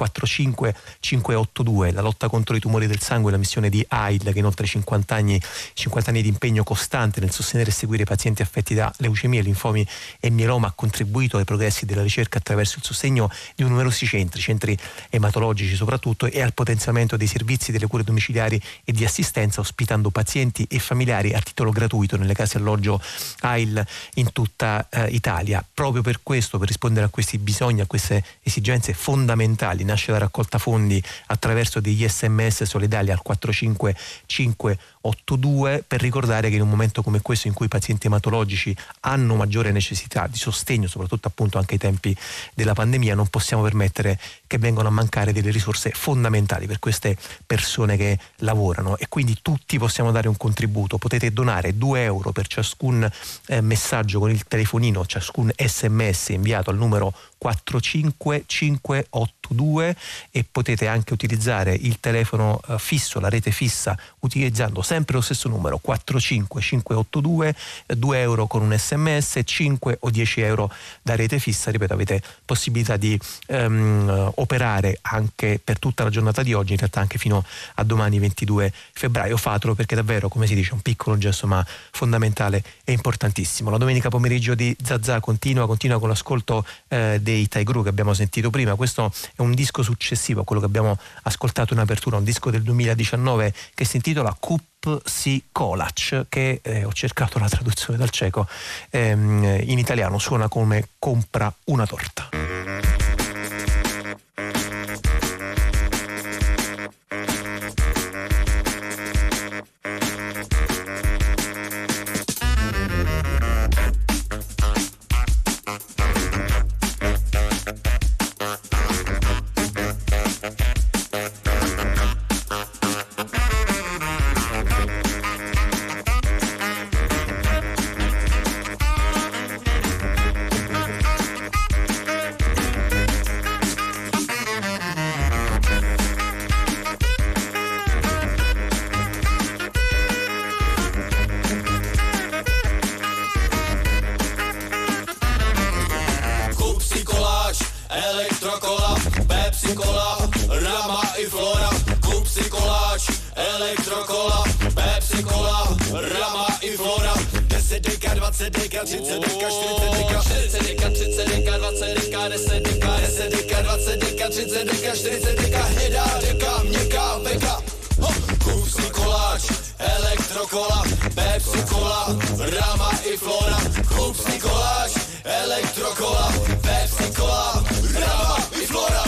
45582, la lotta contro i tumori del sangue, la missione di AIL, che in oltre 50 anni di impegno costante nel sostenere e seguire i pazienti affetti da leucemie, linfomi e mieloma, ha contribuito ai progressi della ricerca attraverso il sostegno di numerosi centri ematologici soprattutto, e al potenziamento dei servizi delle cure domiciliari e di assistenza, ospitando pazienti e familiari a titolo gratuito nelle case alloggio AIL in tutta Italia. Proprio per questo, per rispondere a questi bisogni, a queste esigenze fondamentali, nasce la raccolta fondi attraverso degli SMS solidali al 45582, per ricordare che in un momento come questo, in cui i pazienti ematologici hanno maggiore necessità di sostegno, soprattutto appunto anche ai tempi della pandemia, non possiamo permettere che vengano a mancare delle risorse fondamentali per queste persone che lavorano, e quindi tutti possiamo dare un contributo. Potete donare 2 euro per ciascun messaggio con il telefonino, ciascun SMS inviato al numero 45582, e potete anche utilizzare il telefono fisso, la rete fissa, utilizzando sempre lo stesso numero 45582, 2 euro con un SMS, 5 o 10 euro da rete fissa. Ripeto, avete possibilità di operare anche per tutta la giornata di oggi, in realtà anche fino a domani 22 febbraio. Fatelo, perché davvero, come si dice, un piccolo gesto ma fondamentale e importantissimo. La domenica pomeriggio di Zazà continua con l'ascolto dei Taigru che abbiamo sentito prima. Questo è un disco successivo a quello che abbiamo ascoltato in apertura, un disco del 2019 che si intitola Kup si Kolac, che ho cercato la traduzione dal ceco, in italiano suona come compra una torta. Elektrokola, Pepsi Cola, Rama i Flora. 10 deka, 20 deka, 30 deka, 40 deka, 40 deka, 30 deka, 20 deka, 10 deka, 10 deka, 20 deka, 30 deka, 40 deka, hnědá deka, měkká veka. Kup si koláč, Elektrokola, Pepsi Cola, Rama i Flora. Kup si koláč, Elektrokola, Pepsi Cola, Rama i Flora.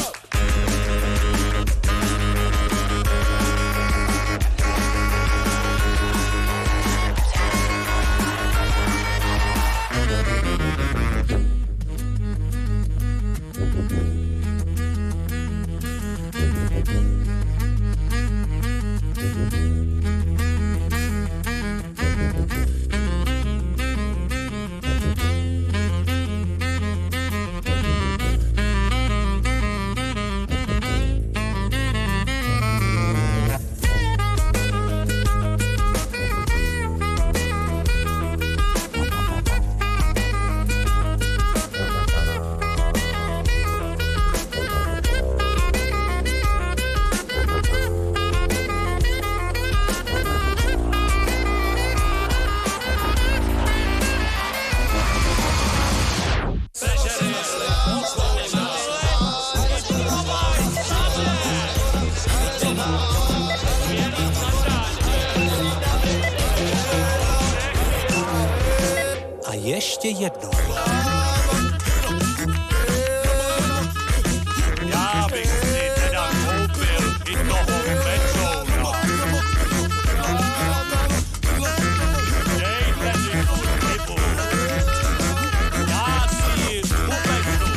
Ještě jednou. Já bych si teda koupil i toho Pečouna. Dejte mi tu rybu. Já si ji upeču.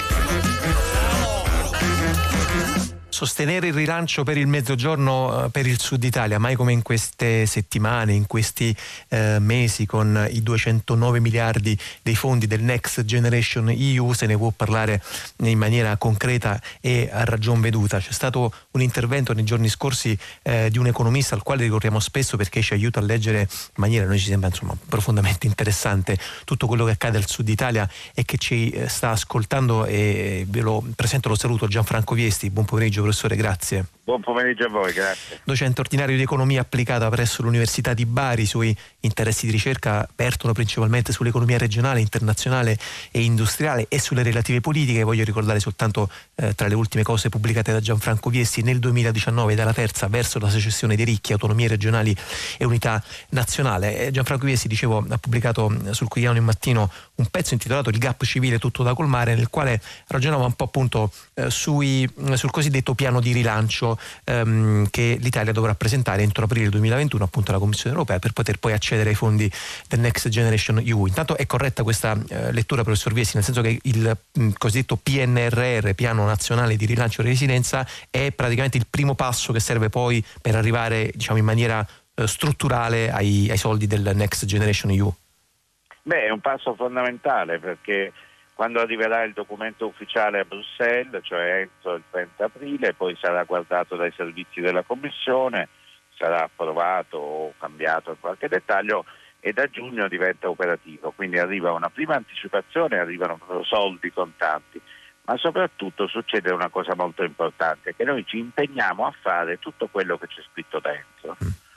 Sostenere il rilancio per il Mezzogiorno, per il Sud Italia, mai come in queste settimane, in questi mesi, con i 209 miliardi dei fondi del Next Generation EU, se ne può parlare in maniera concreta e a ragion veduta. C'è stato un intervento nei giorni scorsi di un economista al quale ricorriamo spesso perché ci aiuta a leggere in maniera, noi ci sembra profondamente interessante tutto quello che accade al Sud Italia e che ci sta ascoltando, e ve lo presento, lo saluto, Gianfranco Viesti. Buon pomeriggio professore, grazie. Buon pomeriggio a voi, grazie. Docente ordinario di economia applicata presso l'Università di Bari. I suoi interessi di ricerca vertono principalmente sull'economia regionale, internazionale e industriale e sulle relative politiche. Voglio ricordare soltanto tra le ultime cose pubblicate da Gianfranco Viesti: nel 2019 dalla terza verso la secessione dei ricchi, autonomie regionali e unità nazionale. Gianfranco Viesti, dicevo, ha pubblicato sul Quotidiano Il Mattino un pezzo intitolato Il gap civile tutto da colmare, nel quale ragionava un po' appunto sul cosiddetto piano di rilancio che l'Italia dovrà presentare entro aprile 2021 appunto alla Commissione europea per poter poi accedere ai fondi del Next Generation EU. Intanto è corretta questa lettura, professor Viesti, nel senso che il cosiddetto PNRR, Piano Nazionale di Rilancio e Resilienza, è praticamente il primo passo che serve poi per arrivare, diciamo, in maniera strutturale ai soldi del Next Generation EU? Beh, è un passo fondamentale, perché quando arriverà il documento ufficiale a Bruxelles, cioè entro il 30 aprile, poi sarà guardato dai servizi della Commissione, sarà approvato o cambiato in qualche dettaglio e da giugno diventa operativo. Quindi arriva una prima anticipazione, arrivano proprio soldi contanti, ma soprattutto succede una cosa molto importante, che noi ci impegniamo a fare tutto quello che c'è scritto dentro,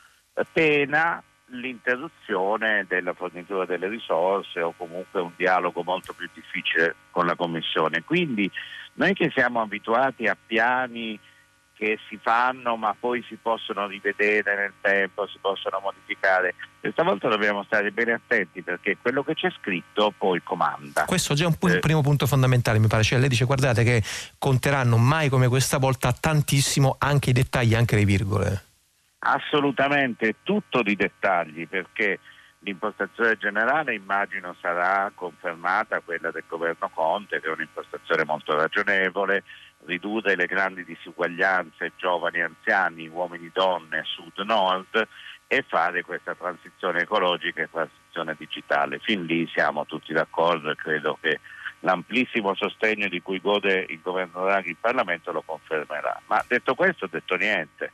pena l'interruzione della fornitura delle risorse o comunque un dialogo molto più difficile con la Commissione. Quindi noi che siamo abituati a piani che si fanno ma poi si possono rivedere nel tempo, si possono modificare, questa volta dobbiamo stare bene attenti, perché quello che c'è scritto poi comanda. Questo già è un primo punto fondamentale, mi pare. Cioè, lei dice: guardate che conteranno mai come questa volta tantissimo anche i dettagli, anche le virgole. Assolutamente, tutto di dettagli, perché l'impostazione generale immagino sarà confermata, quella del governo Conte, che è un'impostazione molto ragionevole: ridurre le grandi disuguaglianze giovani e anziani, uomini donne, sud-nord, e fare questa transizione ecologica e transizione digitale. Fin lì siamo tutti d'accordo e credo che l'amplissimo sostegno di cui gode il governo Draghi in Parlamento lo confermerà. Ma detto questo, detto niente.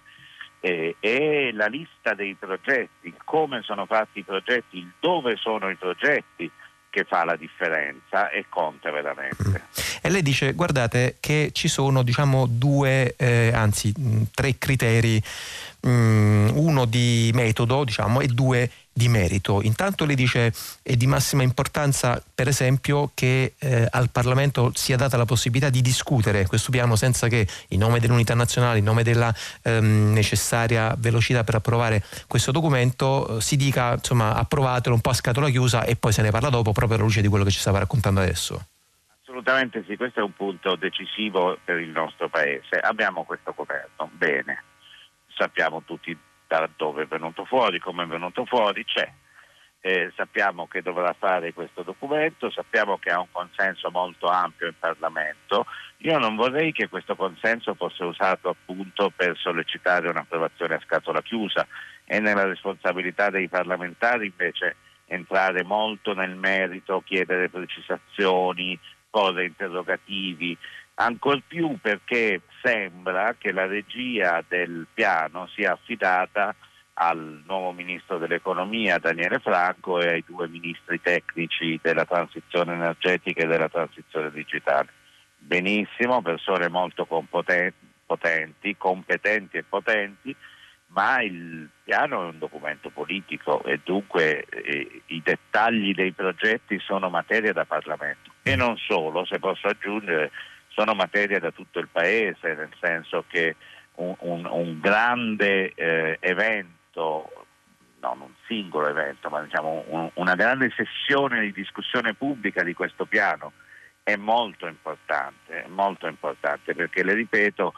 E la lista dei progetti, come sono fatti i progetti, il dove sono i progetti, che fa la differenza e conta veramente. E lei dice: guardate che ci sono, diciamo, tre criteri uno di metodo, diciamo, e 2 di merito. Intanto lei dice è di massima importanza, per esempio, che al Parlamento sia data la possibilità di discutere questo piano senza che, in nome dell'unità nazionale, in nome della necessaria velocità per approvare questo documento, si dica, insomma, approvatelo un po' a scatola chiusa e poi se ne parla dopo, proprio alla luce di quello che ci stava raccontando adesso. Assolutamente sì, questo è un punto decisivo per il nostro Paese. Abbiamo questo governo, bene, sappiamo tutti da dove è venuto fuori, come è venuto fuori, c'è. Sappiamo che dovrà fare questo documento, sappiamo che ha un consenso molto ampio in Parlamento. Io non vorrei che questo consenso fosse usato appunto per sollecitare un'approvazione a scatola chiusa. È nella responsabilità dei parlamentari invece entrare molto nel merito, chiedere precisazioni, porre interrogativi, ancor più perché sembra che la regia del piano sia affidata al nuovo ministro dell'economia Daniele Franco e ai 2 ministri tecnici della transizione energetica e della transizione digitale. Benissimo, persone molto competenti e potenti, ma il piano è un documento politico e dunque i dettagli dei progetti sono materia da Parlamento e non solo, se posso aggiungere, sono materia da tutto il Paese, nel senso che un grande evento, non un singolo evento, ma diciamo una grande sessione di discussione pubblica di questo piano è molto importante perché, le ripeto,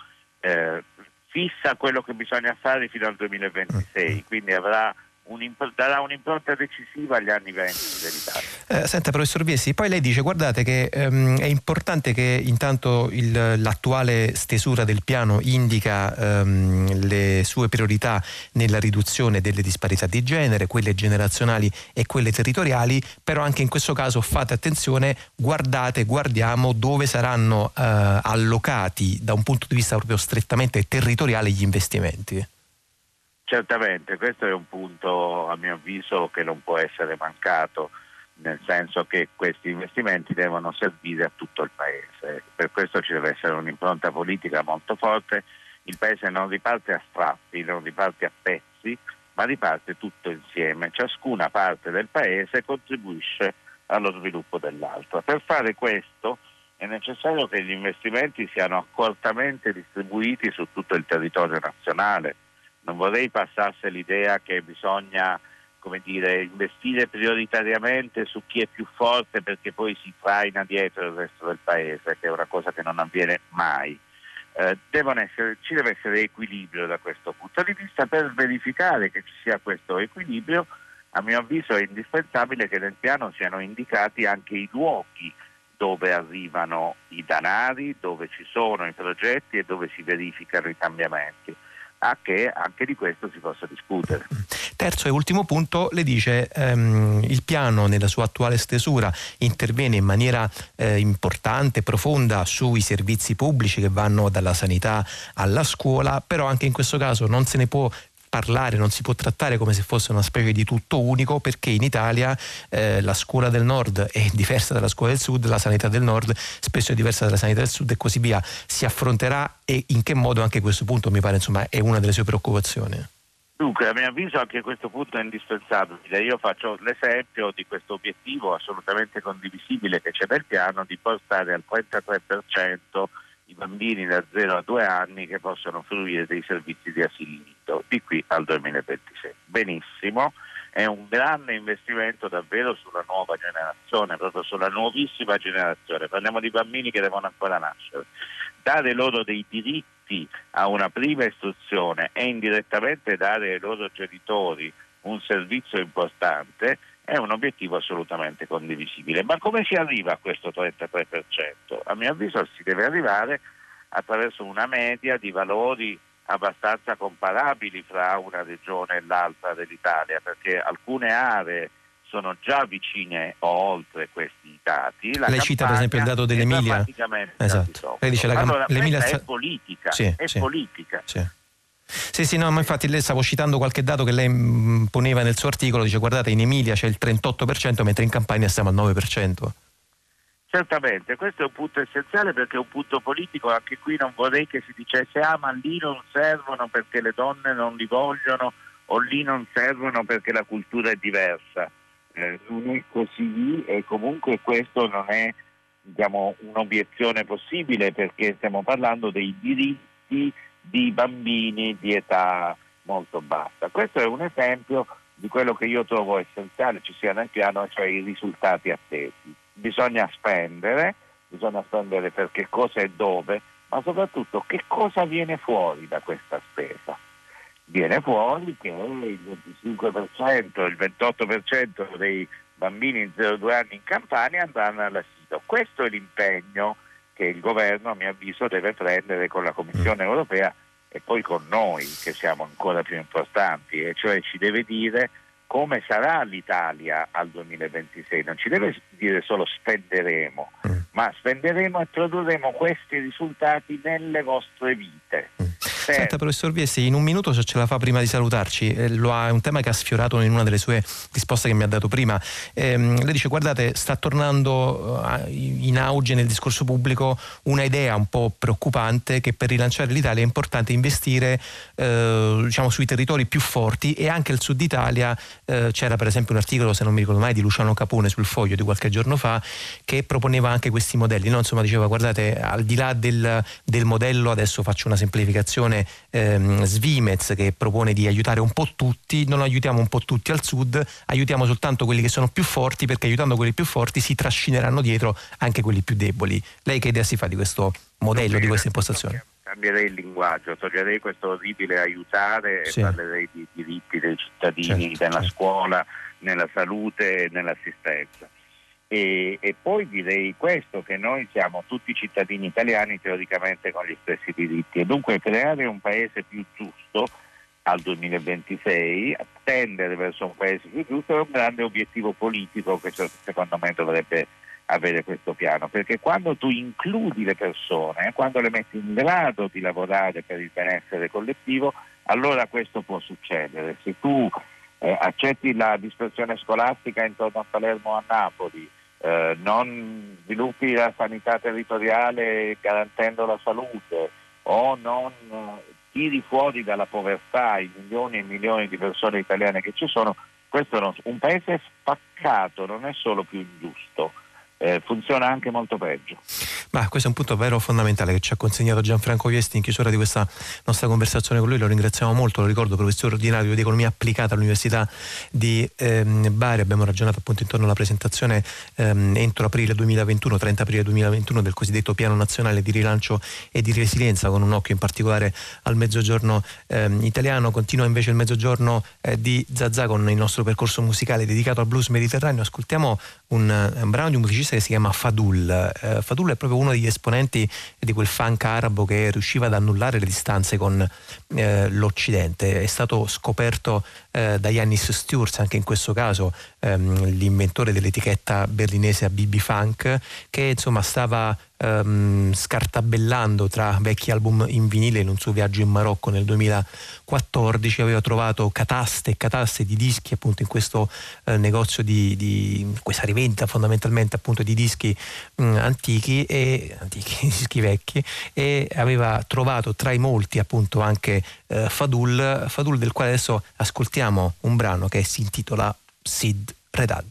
fissa quello che bisogna fare fino al 2026, quindi darà un'impronta decisiva agli anni 20 dell'Italia. Senta, professor Viesi, poi lei dice, guardate che è importante che intanto l'attuale stesura del piano indica le sue priorità nella riduzione delle disparità di genere, quelle generazionali e quelle territoriali, però anche in questo caso fate attenzione, guardiamo dove saranno allocati da un punto di vista proprio strettamente territoriale gli investimenti. Certamente, questo è un punto a mio avviso che non può essere mancato, nel senso che questi investimenti devono servire a tutto il Paese. Per questo ci deve essere un'impronta politica molto forte. Il Paese non riparte a strappi, non riparte a pezzi, ma riparte tutto insieme. Ciascuna parte del Paese contribuisce allo sviluppo dell'altra. Per fare questo è necessario che gli investimenti siano accortamente distribuiti su tutto il territorio nazionale. Non vorrei passasse l'idea che bisogna, investire prioritariamente su chi è più forte perché poi si traina dietro il resto del Paese, che è una cosa che non avviene mai. Ci deve essere equilibrio da questo punto di vista. Per verificare che ci sia questo equilibrio, a mio avviso è indispensabile che nel piano siano indicati anche i luoghi dove arrivano i danari, dove ci sono i progetti e dove si verificano i cambiamenti, a che anche di questo si possa discutere. Terzo e ultimo punto, le dice il piano nella sua attuale stesura interviene in maniera importante, profonda sui servizi pubblici che vanno dalla sanità alla scuola, però anche in questo caso non se ne può parlare, non si può trattare come se fosse una specie di tutto unico, perché in Italia la scuola del nord è diversa dalla scuola del sud, la sanità del nord spesso è diversa dalla sanità del sud e così via. Si affronterà e in che modo? Anche questo punto mi pare è una delle sue preoccupazioni. Dunque, a mio avviso anche questo punto è indispensabile. Io faccio l'esempio di questo obiettivo assolutamente condivisibile che c'è nel piano di portare al 33% i bambini da 0 a 2 anni che possono fruire dei servizi di asilo nido di qui al 2026. Benissimo, è un grande investimento davvero sulla nuova generazione, proprio sulla nuovissima generazione. Parliamo di bambini che devono ancora nascere. Dare loro dei diritti a una prima istruzione e indirettamente dare ai loro genitori un servizio importante è un obiettivo assolutamente condivisibile. Ma come si arriva a questo 33%? A mio avviso si deve arrivare attraverso una media di valori abbastanza comparabili fra una regione e l'altra dell'Italia, perché alcune aree sono già vicine o oltre questi dati. Lei cita per esempio il dato dell'Emilia. Esatto. Lei dice l'Emilia è politica, politica. Sì, no, ma infatti lei stavo citando qualche dato che lei poneva nel suo articolo, dice guardate in Emilia c'è il 38% mentre in Campania stiamo al 9%. Certamente, questo è un punto essenziale perché è un punto politico. Anche qui non vorrei che si dicesse ma lì non servono perché le donne non li vogliono, o lì non servono perché la cultura è diversa. Non è così, e comunque questo non è, diciamo, un'obiezione possibile, perché stiamo parlando dei diritti di bambini di età molto bassa. Questo è un esempio di quello che io trovo essenziale ci sia nel piano, cioè i risultati attesi. Bisogna spendere per che cosa e dove, ma soprattutto che cosa viene fuori da questa spesa. Viene fuori che il 25%, il 28% dei bambini in 0-2 anni in Campania andranno all'asilo. Questo è l'impegno che il governo, a mio avviso, deve prendere con la Commissione europea e poi con noi, che siamo ancora più importanti, e cioè ci deve dire come sarà l'Italia al 2026. Non ci deve dire solo spenderemo, ma spenderemo e tradurremo questi risultati nelle vostre vite. Senta, professor Viesti, in un minuto, se ce la fa prima di salutarci, è un tema che ha sfiorato in una delle sue risposte che mi ha dato prima. Lei dice, guardate, sta tornando in auge nel discorso pubblico una idea un po' preoccupante, che per rilanciare l'Italia è importante investire sui territori più forti, e anche il Sud Italia. C'era per esempio un articolo, se non mi ricordo mai, di Luciano Capone sul Foglio di qualche giorno fa, che proponeva anche questi modelli, no? Insomma, diceva, guardate, al di là del modello, adesso faccio una semplificazione, Svimez, che propone di aiutare un po' tutti, non aiutiamo un po' tutti al sud, aiutiamo soltanto quelli che sono più forti, perché aiutando quelli più forti si trascineranno dietro anche quelli più deboli. Lei che idea si fa di questo modello, di questa impostazione? Cambierei il linguaggio, toglierei questo orribile aiutare e parlerei di diritti dei cittadini, nella scuola, nella salute e nell'assistenza. E poi direi questo, che noi siamo tutti cittadini italiani teoricamente con gli stessi diritti, e dunque creare un paese più giusto al 2026, tendere verso un paese più giusto, è un grande obiettivo politico che secondo me dovrebbe avere questo piano, perché quando tu includi le persone, quando le metti in grado di lavorare per il benessere collettivo, allora questo può succedere. Se tu accetti la dispersione scolastica intorno a Palermo o a Napoli, non sviluppi la sanità territoriale garantendo la salute, o non tiri fuori dalla povertà i milioni e milioni di persone italiane che ci sono, questo un paese spaccato non è solo più ingiusto, funziona anche molto peggio. Ma questo è un punto vero fondamentale che ci ha consegnato Gianfranco Viesti in chiusura di questa nostra conversazione con lui. Lo ringraziamo molto, lo ricordo, professore ordinario di economia applicata all'Università di Bari. Abbiamo ragionato appunto intorno alla presentazione entro aprile 2021, 30 aprile 2021, del cosiddetto Piano Nazionale di Rilancio e di Resilienza, con un occhio in particolare al mezzogiorno italiano. Continua invece il mezzogiorno di Zazà con il nostro percorso musicale dedicato al blues mediterraneo. Ascoltiamo un brano di un musicista che si chiama Fadul. Fadul è proprio uno degli esponenti di quel funk arabo che riusciva ad annullare le distanze con l'Occidente. È stato scoperto da Yannis Stures, anche in questo caso l'inventore dell'etichetta berlinese ABB Funk, che insomma stava scartabellando tra vecchi album in vinile in un suo viaggio in Marocco nel 2014. Aveva trovato cataste e cataste di dischi appunto in questo negozio di questa rivendita fondamentalmente appunto di dischi antichi, dischi vecchi, e aveva trovato tra i molti appunto anche Fadul, del quale adesso ascoltiamo un brano che si intitola Sid Redad.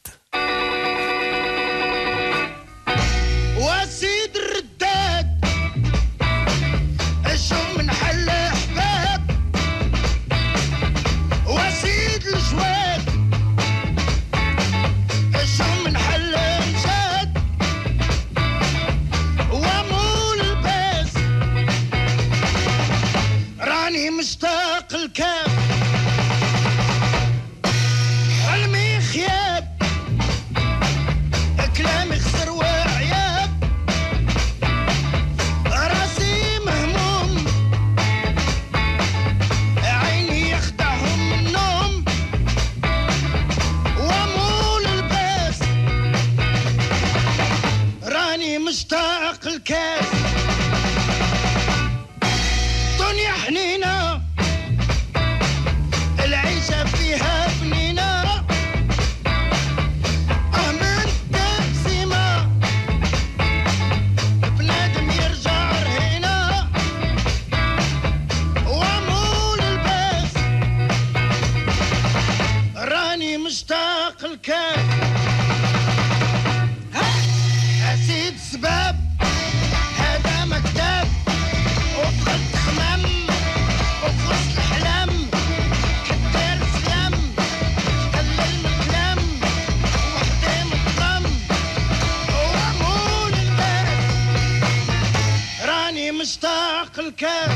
مشتاق الكاف علمي خياب كلامي خسر وعياب راسي مهموم عيني يخدعهم النوم وامول الباس راني مشتاق الكاف دنيا حنينة العيشة فيها بنينة، 'أمن تقسيمة مشتاق الكاف أسيد سباب هذا مكتاب وفقد خمام وفي وسط الحلام كدار سلام قلل من الكلام وحدة من الظلام وعمول الباب راني مشتاق الكاف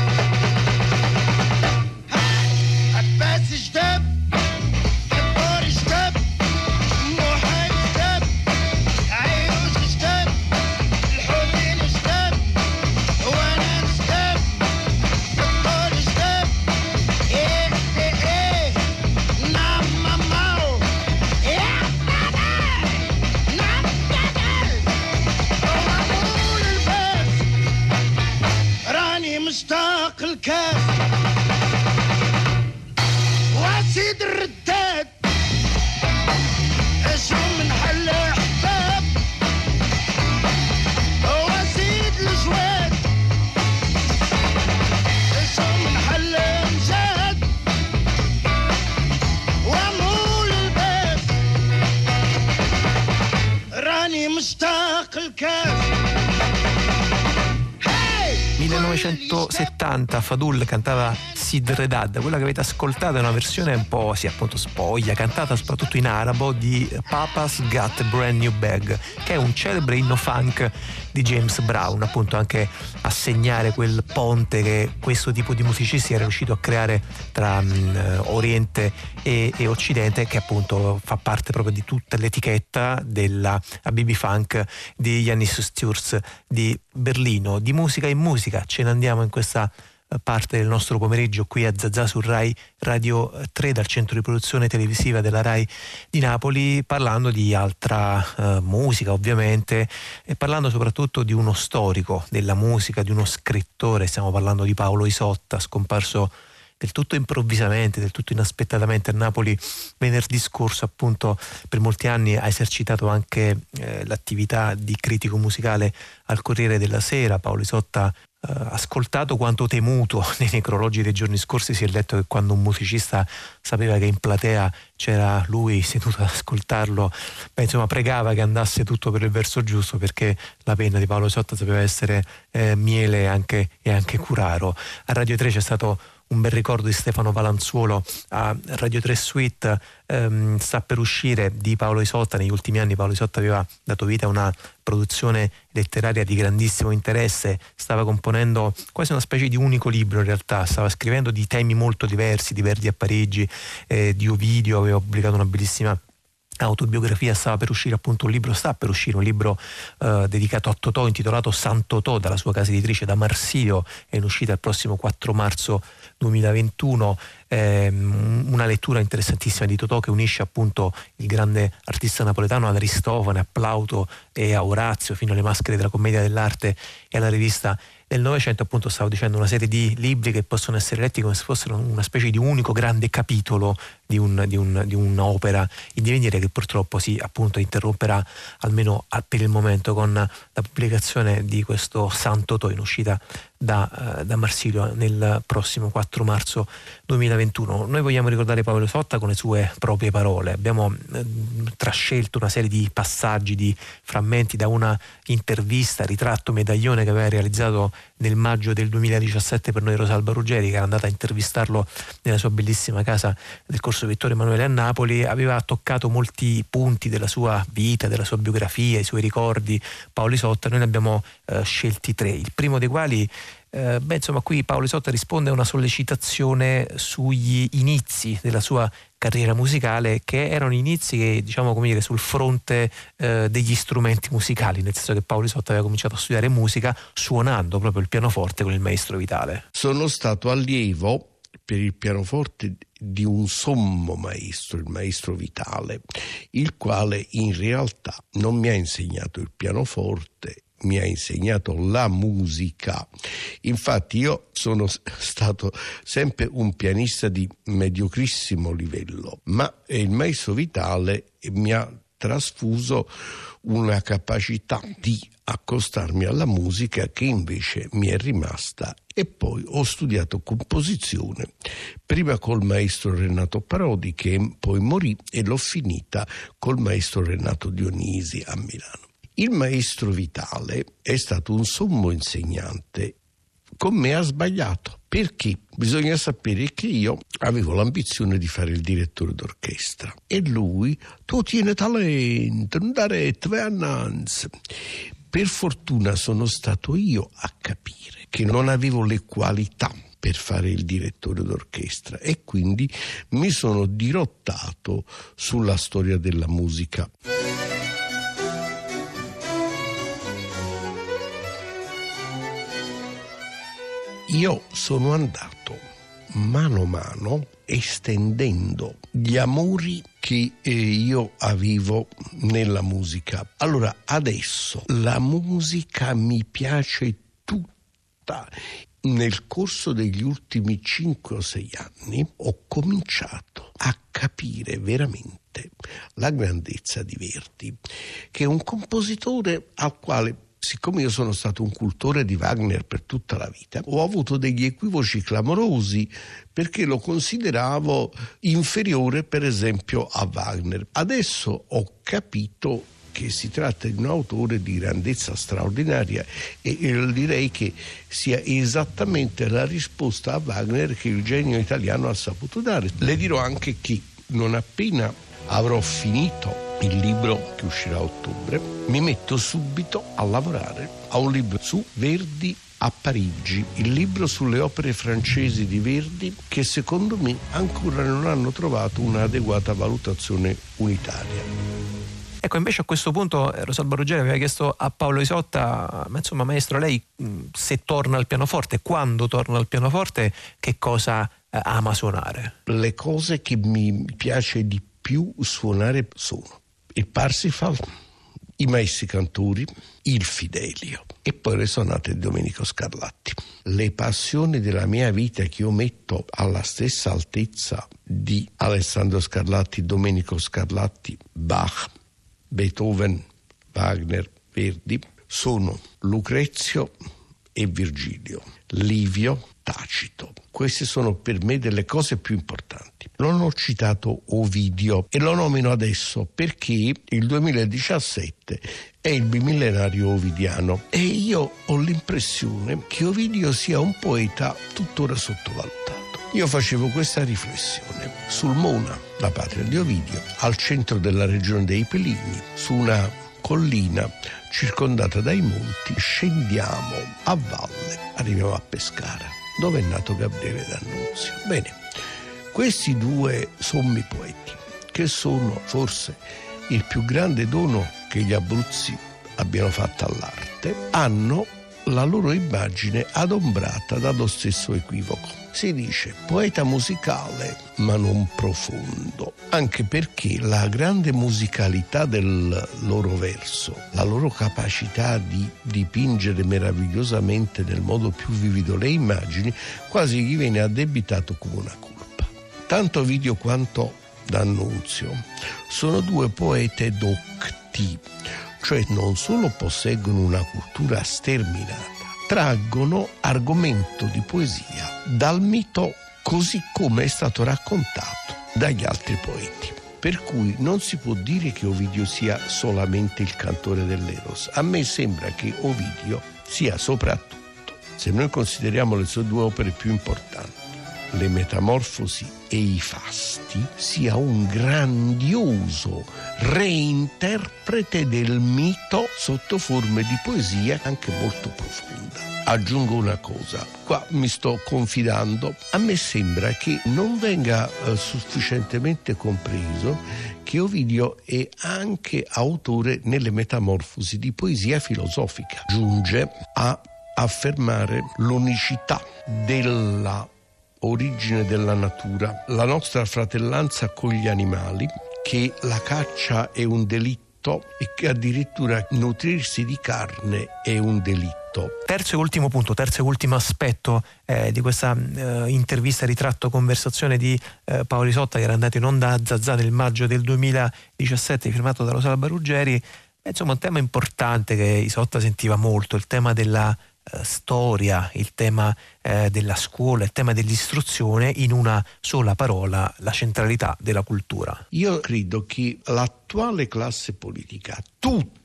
عباس جداب كبار جداب محايد جداب عيوش جداب الحوتين جداب وانا جداب كبار جداب ايه ايه ايه نعم ماماو يا بابا نعم بابا وعمول الباب راني مشتاق الكاف واسيد الرداد شو من حل احباب واسيد الجواد شو من حل امجاد وعمول الباب راني مشتاق الكاف 1970 Fadul cantava Sid Redad, quella che avete ascoltato è una versione un po' appunto spoglia, cantata soprattutto in arabo di Papa's Got a Brand New Bag, che è un celebre inno funk di James Brown, appunto anche a segnare quel ponte che questo tipo di musicisti era riuscito a creare tra Oriente e Occidente, che appunto fa parte proprio di tutta l'etichetta della Habibi Funk di Yannis Stürz di Berlino. Di musica in musica ce ne andiamo in questa parte del nostro pomeriggio qui a Zazà su Rai Radio 3 dal centro di produzione televisiva della Rai di Napoli, parlando di altra musica ovviamente, e parlando soprattutto di uno storico della musica, di uno scrittore. Stiamo parlando di Paolo Isotta, scomparso del tutto improvvisamente, del tutto inaspettatamente a Napoli venerdì scorso. Appunto per molti anni ha esercitato anche l'attività di critico musicale al Corriere della Sera. Paolo Isotta, ascoltato quanto temuto nei necrologi dei giorni scorsi, si è letto che quando un musicista sapeva che in platea c'era lui seduto ad ascoltarlo, insomma pregava che andasse tutto per il verso giusto, perché la penna di Paolo Isotta sapeva essere miele e anche curaro. A Radio 3 c'è stato un bel ricordo di Stefano Valanzuolo a Radio 3 Suite. Sta per uscire di Paolo Isotta. Negli ultimi anni Paolo Isotta aveva dato vita a una produzione letteraria di grandissimo interesse, stava componendo quasi una specie di unico libro, in realtà stava scrivendo di temi molto diversi, di Verdi a Parigi, di Ovidio, aveva pubblicato una bellissima autobiografia, sta per uscire un libro dedicato a Totò, intitolato San Totò, dalla sua casa editrice da Marsilio, è in uscita il prossimo 4 marzo 2021. Una lettura interessantissima di Totò, che unisce appunto il grande artista napoletano ad Aristofane, a Plauto e a Orazio, fino alle maschere della commedia dell'arte e alla rivista del Novecento. Appunto stavo dicendo, una serie di libri che possono essere letti come se fossero una specie di unico grande capitolo di un'opera in divenire, che purtroppo si appunto interromperà, almeno per il momento, con la pubblicazione di questo San Totò in uscita da Marsilio nel prossimo 4 marzo 2021. Noi vogliamo ricordare Paolo Isotta con le sue proprie parole. Abbiamo trascelto una serie di passaggi, di frammenti da una intervista, ritratto medaglione, che aveva realizzato nel maggio del 2017 per noi Rosalba Ruggeri, che era andata a intervistarlo nella sua bellissima casa del Corso Vittorio Emanuele a Napoli. Aveva toccato molti punti della sua vita, della sua biografia, i suoi ricordi. Paolo Isotta, noi ne abbiamo scelti 3, il primo dei quali qui Paolo Isotta risponde a una sollecitazione sugli inizi della sua carriera musicale, che erano inizi che, diciamo, come dire, sul fronte degli strumenti musicali, nel senso che Paolo Isotta aveva cominciato a studiare musica suonando proprio il pianoforte con il maestro Vitale. Sono stato allievo per il pianoforte di un sommo maestro, il maestro Vitale, il quale in realtà non mi ha insegnato il pianoforte, mi ha insegnato la musica. Infatti io sono stato sempre un pianista di mediocrissimo livello, ma il maestro Vitale mi ha trasfuso una capacità di accostarmi alla musica che invece mi è rimasta, e poi ho studiato composizione prima col maestro Renato Parodi, che poi morì, e l'ho finita col maestro Renato Dionisi a Milano. Il maestro Vitale è stato un sommo insegnante. Con me ha sbagliato, perché bisogna sapere che io avevo l'ambizione di fare il direttore d'orchestra e lui: tu tieni talento, non dare vai annanzi. Per fortuna sono stato io a capire che non avevo le qualità per fare il direttore d'orchestra, e quindi mi sono dirottato sulla storia della musica. Io sono andato mano a mano estendendo gli amori che io avevo nella musica. Allora, adesso la musica mi piace tutta. Nel corso degli ultimi 5 o 6 anni ho cominciato a capire veramente la grandezza di Verdi, che è un compositore al quale, siccome io sono stato un cultore di Wagner per tutta la vita, ho avuto degli equivoci clamorosi perché lo consideravo inferiore, per esempio, a Wagner. Adesso ho capito che si tratta di un autore di grandezza straordinaria, e direi che sia esattamente la risposta a Wagner che il genio italiano ha saputo dare. Le dirò anche che non appena avrò finito il libro che uscirà a ottobre, mi metto subito a lavorare a un libro su Verdi a Parigi, il libro sulle opere francesi di Verdi, che secondo me ancora non hanno trovato un'adeguata valutazione unitaria. Ecco, invece a questo punto Rosalba Ruggeri aveva chiesto a Paolo Isotta: ma insomma, maestro, lei se torna al pianoforte, quando torna al pianoforte, che cosa ama suonare? Le cose che mi piace di più suonare sono il Parsifal, i maestri cantori, il Fidelio e poi le sonate di Domenico Scarlatti. Le passioni della mia vita che io metto alla stessa altezza di Alessandro Scarlatti, Domenico Scarlatti, Bach, Beethoven, Wagner, Verdi, sono Lucrezio e Virgilio, Livio, Tacito. Queste sono per me delle cose più importanti. Non ho citato Ovidio e lo nomino adesso perché il 2017 è il bimillenario ovidiano e io ho l'impressione che Ovidio sia un poeta tuttora sottovalutato. Io facevo questa riflessione sul Mona, la patria di Ovidio, al centro della regione dei Pelini, su una collina circondata dai monti. Scendiamo a valle, arriviamo a Pescara, dove è nato Gabriele D'Annunzio. Bene, questi due sommi poeti, che sono forse il più grande dono che gli Abruzzi abbiano fatto all'arte, hanno la loro immagine adombrata dallo stesso equivoco. Si dice poeta musicale ma non profondo, anche perché la grande musicalità del loro verso, la loro capacità di dipingere meravigliosamente nel modo più vivido le immagini, quasi gli viene addebitato come una colpa. Tanto Ovidio quanto D'Annunzio sono due poete docti, cioè non solo posseggono una cultura sterminata, traggono argomento di poesia dal mito così come è stato raccontato dagli altri poeti. Per cui non si può dire che Ovidio sia solamente il cantore dell'Eros. A me sembra che Ovidio sia soprattutto, se noi consideriamo le sue due opere più importanti, le Metamorfosi e i Fasti, sia un grandioso reinterprete del mito sotto forme di poesia anche molto profonda. Aggiungo una cosa, qua mi sto confidando, a me sembra che non venga sufficientemente compreso che Ovidio è anche autore nelle Metamorfosi di poesia filosofica. Giunge a affermare l'unicità della origine della natura, la nostra fratellanza con gli animali, che la caccia è un delitto e che addirittura nutrirsi di carne è un delitto. Certo. Terzo e ultimo aspetto di questa intervista, ritratto, conversazione di Paolo Isotta, che era andato in onda a Zazà nel maggio del 2017, firmato da Rosalba Ruggeri. Insomma, un tema importante che Isotta sentiva molto, il tema della storia, il tema della scuola, il tema dell'istruzione, in una sola parola, la centralità della cultura. Io credo che l'attuale classe politica, tutta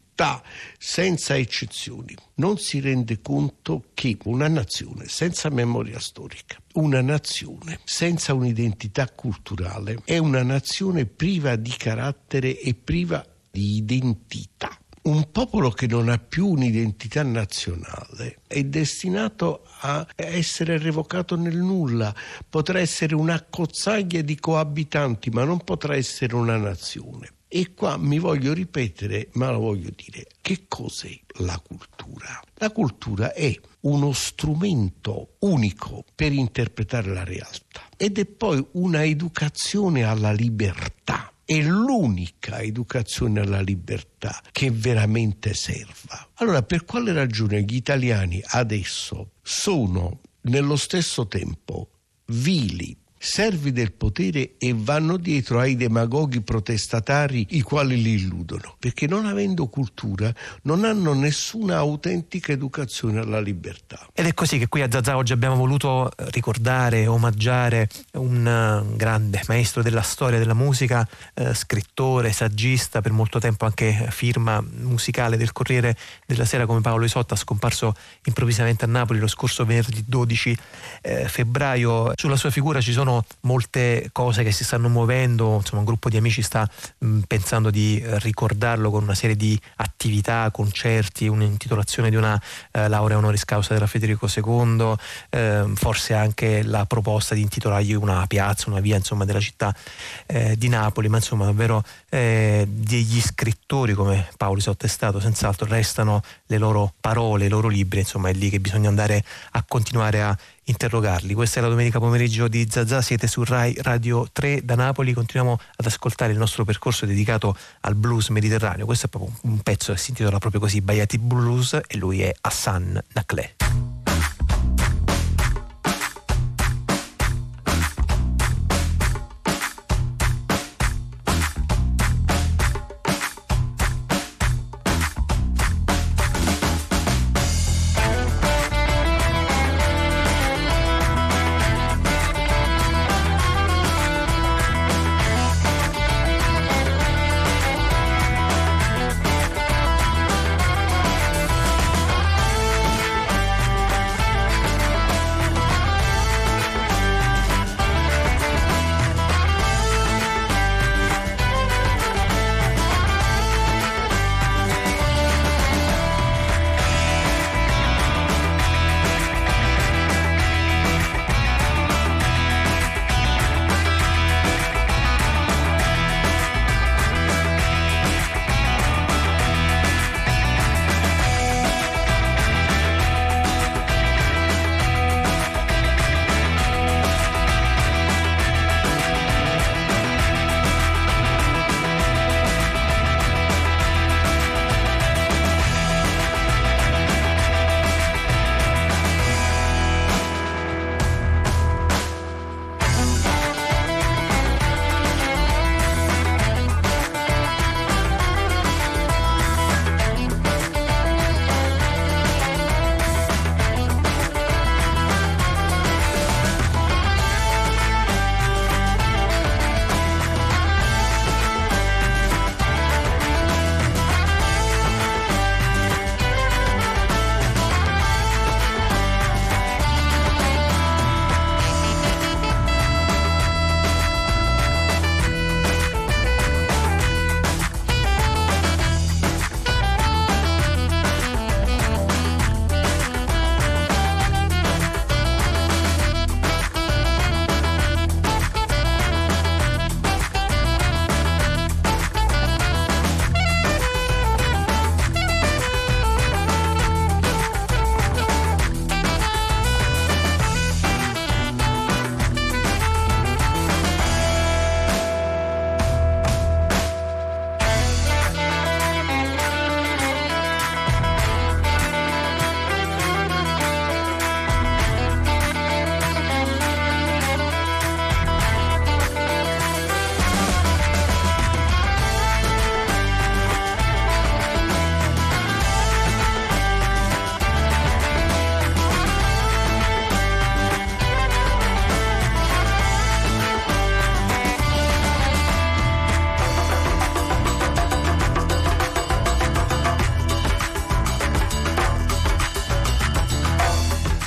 senza eccezioni, non si rende conto che una nazione senza memoria storica, una nazione senza un'identità culturale, è una nazione priva di carattere e priva di identità. Un popolo che non ha più un'identità nazionale è destinato a essere revocato nel nulla. Potrà essere un'accozzaglia di coabitanti, ma non potrà essere una nazione. E qua mi voglio ripetere, ma lo voglio dire, che cos'è la cultura? La cultura è uno strumento unico per interpretare la realtà ed è poi una educazione alla libertà. È l'unica educazione alla libertà che veramente serva. Allora, per quale ragione gli italiani adesso sono nello stesso tempo vili, servi del potere e vanno dietro ai demagoghi protestatari i quali li illudono? Perché non avendo cultura non hanno nessuna autentica educazione alla libertà. Ed è così che qui a Zazà oggi abbiamo voluto ricordare, omaggiare un grande maestro della storia della musica, scrittore, saggista, per molto tempo anche firma musicale del Corriere della Sera come Paolo Isotta, scomparso improvvisamente a Napoli lo scorso venerdì 12 febbraio. Sulla sua figura ci sono molte cose che si stanno muovendo, insomma un gruppo di amici sta pensando di ricordarlo con una serie di attività, concerti, un'intitolazione di una laurea honoris causa della Federico II, forse anche la proposta di intitolargli una piazza, una via, insomma, della città di Napoli, ma insomma davvero degli scrittori come Paolo Isotta è stato, senz'altro restano le loro parole, i loro libri, insomma è lì che bisogna andare a continuare a interrogarli. Questa è la domenica pomeriggio di Zazà, siete su Rai Radio 3 da Napoli, continuiamo ad ascoltare il nostro percorso dedicato al blues mediterraneo. Questo è proprio un pezzo che si intitola proprio così, Bayati Blues, e lui è Hassan Nakleh.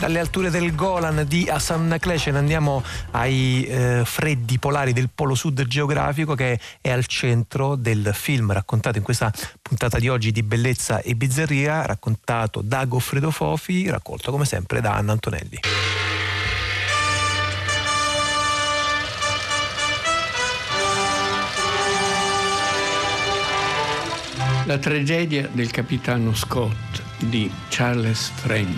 Dalle alture del Golan di Hassan Nakleh ce ne andiamo ai freddi polari del polo sud geografico, che è al centro del film raccontato in questa puntata di oggi di Bellezza e Bizzarria, raccontato da Goffredo Fofi, raccolto come sempre da Anna Antonelli. La tragedia del capitano Scott di Charles Friend.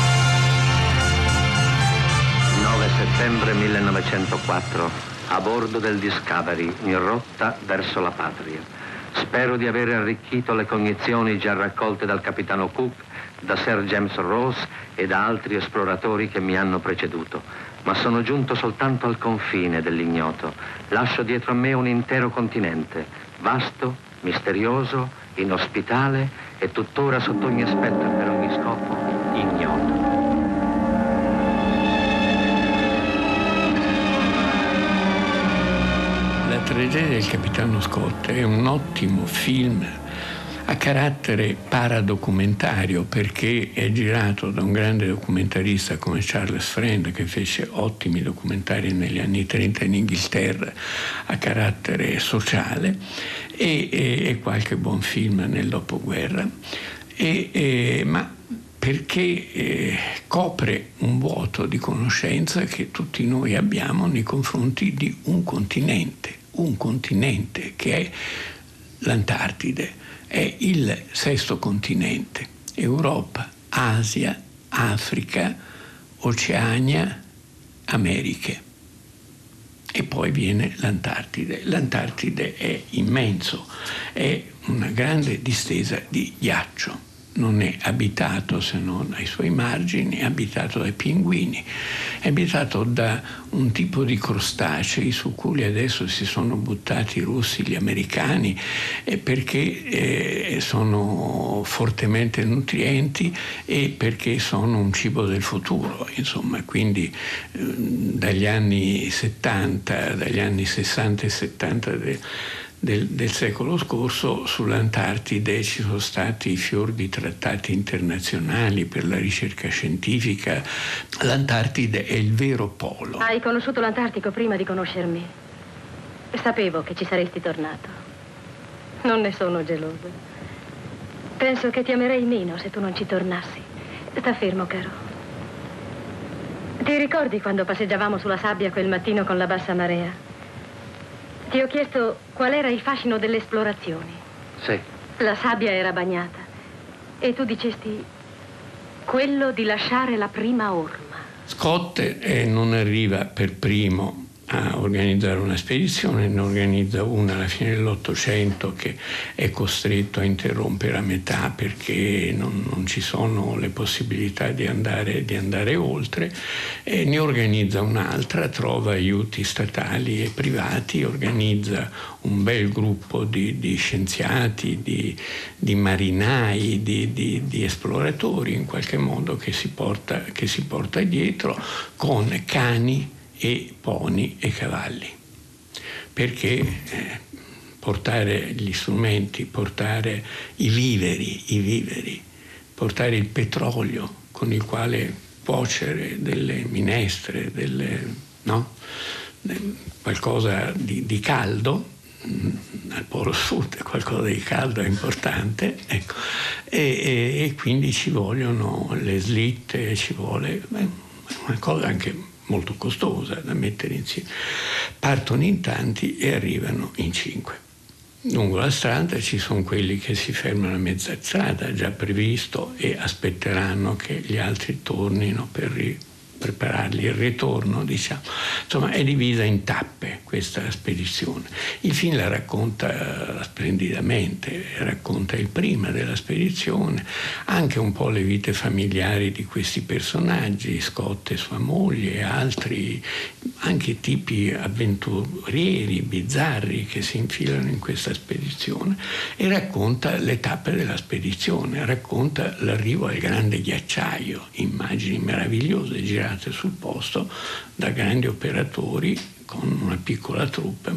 9 settembre 1904, a bordo del Discovery, in rotta verso la patria. Spero di aver arricchito le cognizioni già raccolte dal capitano Cook, da Sir James Ross e da altri esploratori che mi hanno preceduto, ma sono giunto soltanto al confine dell'ignoto. Lascio dietro a me un intero continente, vasto, misterioso, inospitale e tuttora sotto ogni aspetto e per ogni scopo ignoto. La tragedia del capitano Scott è un ottimo film a carattere paradocumentario, perché è girato da un grande documentarista come Charles Friend, che fece ottimi documentari negli anni 30 in Inghilterra a carattere sociale, e qualche buon film nel dopoguerra, ma perché copre un vuoto di conoscenza che tutti noi abbiamo nei confronti di un continente che è l'Antartide. È il sesto continente: Europa, Asia, Africa, Oceania, Americhe. E poi viene l'Antartide. L'Antartide è immenso, è una grande distesa di ghiaccio. Non è abitato se non ai suoi margini, è abitato dai pinguini, è abitato da un tipo di crostacei su cui adesso si sono buttati i russi, gli americani, perché sono fortemente nutrienti e perché sono un cibo del futuro, insomma. Quindi dagli anni 70, dagli anni 60 e 70 del secolo scorso sull'Antartide ci sono stati fior di trattati internazionali per la ricerca scientifica. L'Antartide è il vero polo. Hai conosciuto l'Antartico prima di conoscermi. Sapevo che ci saresti tornato. Non ne sono gelosa. Penso che ti amerei meno se tu non ci tornassi. Sta fermo, caro. Ti ricordi quando passeggiavamo sulla sabbia quel mattino con la bassa marea? Ti ho chiesto qual era il fascino delle esplorazioni. Sì. La sabbia era bagnata e tu dicesti quello di lasciare la prima orma. Scott non arriva per primo a organizzare una spedizione, ne organizza una alla fine dell'Ottocento che è costretto a interrompere a metà perché non ci sono le possibilità di andare oltre, e ne organizza un'altra, trova aiuti statali e privati, organizza un bel gruppo di scienziati, di marinai, di esploratori in qualche modo che si porta dietro con cani e poni e cavalli, perché portare gli strumenti, portare i viveri, portare il petrolio con il quale cuocere delle minestre, qualcosa di caldo, al Polo Sud qualcosa di caldo è importante, ecco. E quindi ci vogliono le slitte, ci vuole una cosa anche molto costosa da mettere insieme. Partono in tanti e arrivano in 5. Lungo la strada ci sono quelli che si fermano a mezza strada, già previsto, e aspetteranno che gli altri tornino per preparargli il ritorno, diciamo. Insomma, è divisa in tappe questa spedizione. Il film la racconta splendidamente, racconta il prima della spedizione, anche un po' le vite familiari di questi personaggi, Scott e sua moglie, e altri anche tipi avventurieri, bizzarri che si infilano in questa spedizione, e racconta le tappe della spedizione, racconta l'arrivo al grande ghiacciaio, immagini meravigliose girate sul posto da grandi operatori con una piccola troupe, ma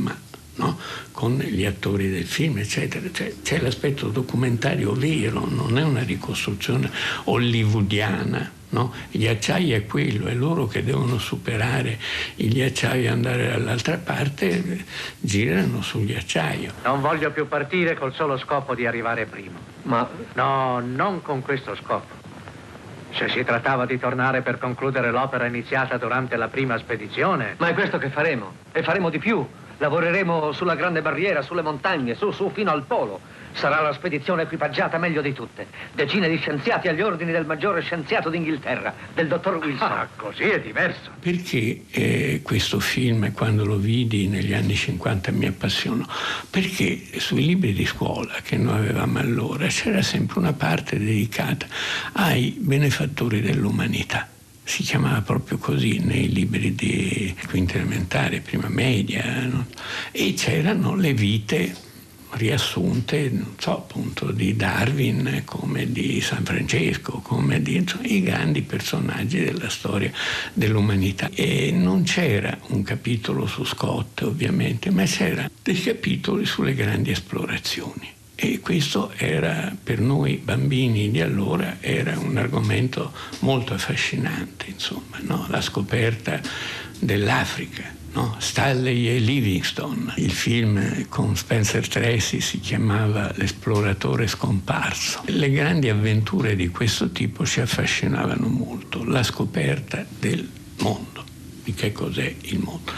no? Con gli attori del film, eccetera. C'è l'aspetto documentario vero, non è una ricostruzione hollywoodiana. No? Il ghiacciaio è quello, è loro che devono superare il ghiacciaio e andare dall'altra parte, girano sul ghiacciaio. Non voglio più partire col solo scopo di arrivare primo. Ma no, non con questo scopo. Se si trattava di tornare per concludere l'opera iniziata durante la prima spedizione... Ma è questo che faremo, e faremo di più. Lavoreremo sulla Grande Barriera, sulle montagne, su fino al polo. Sarà la spedizione equipaggiata meglio di tutte. Decine di scienziati agli ordini del maggiore scienziato d'Inghilterra, del dottor Wilson. Ah, così è diverso. Perché questo film, quando lo vidi negli anni 50, mi appassionò? Perché sui libri di scuola che noi avevamo allora c'era sempre una parte dedicata ai benefattori dell'umanità. Si chiamava proprio così nei libri di quinta elementare, prima media, no? E c'erano le vite riassunte, non so, appunto, di Darwin, come di San Francesco, come di i grandi personaggi della storia dell'umanità. E non c'era un capitolo su Scott, ovviamente, ma c'era dei capitoli sulle grandi esplorazioni. E questo era, per noi bambini di allora, era un argomento molto affascinante, insomma, no? La scoperta dell'Africa, no? Stanley e Livingstone. Il film con Spencer Tracy si chiamava L'esploratore scomparso. Le grandi avventure di questo tipo ci affascinavano molto, la scoperta del mondo, di che cos'è il mondo.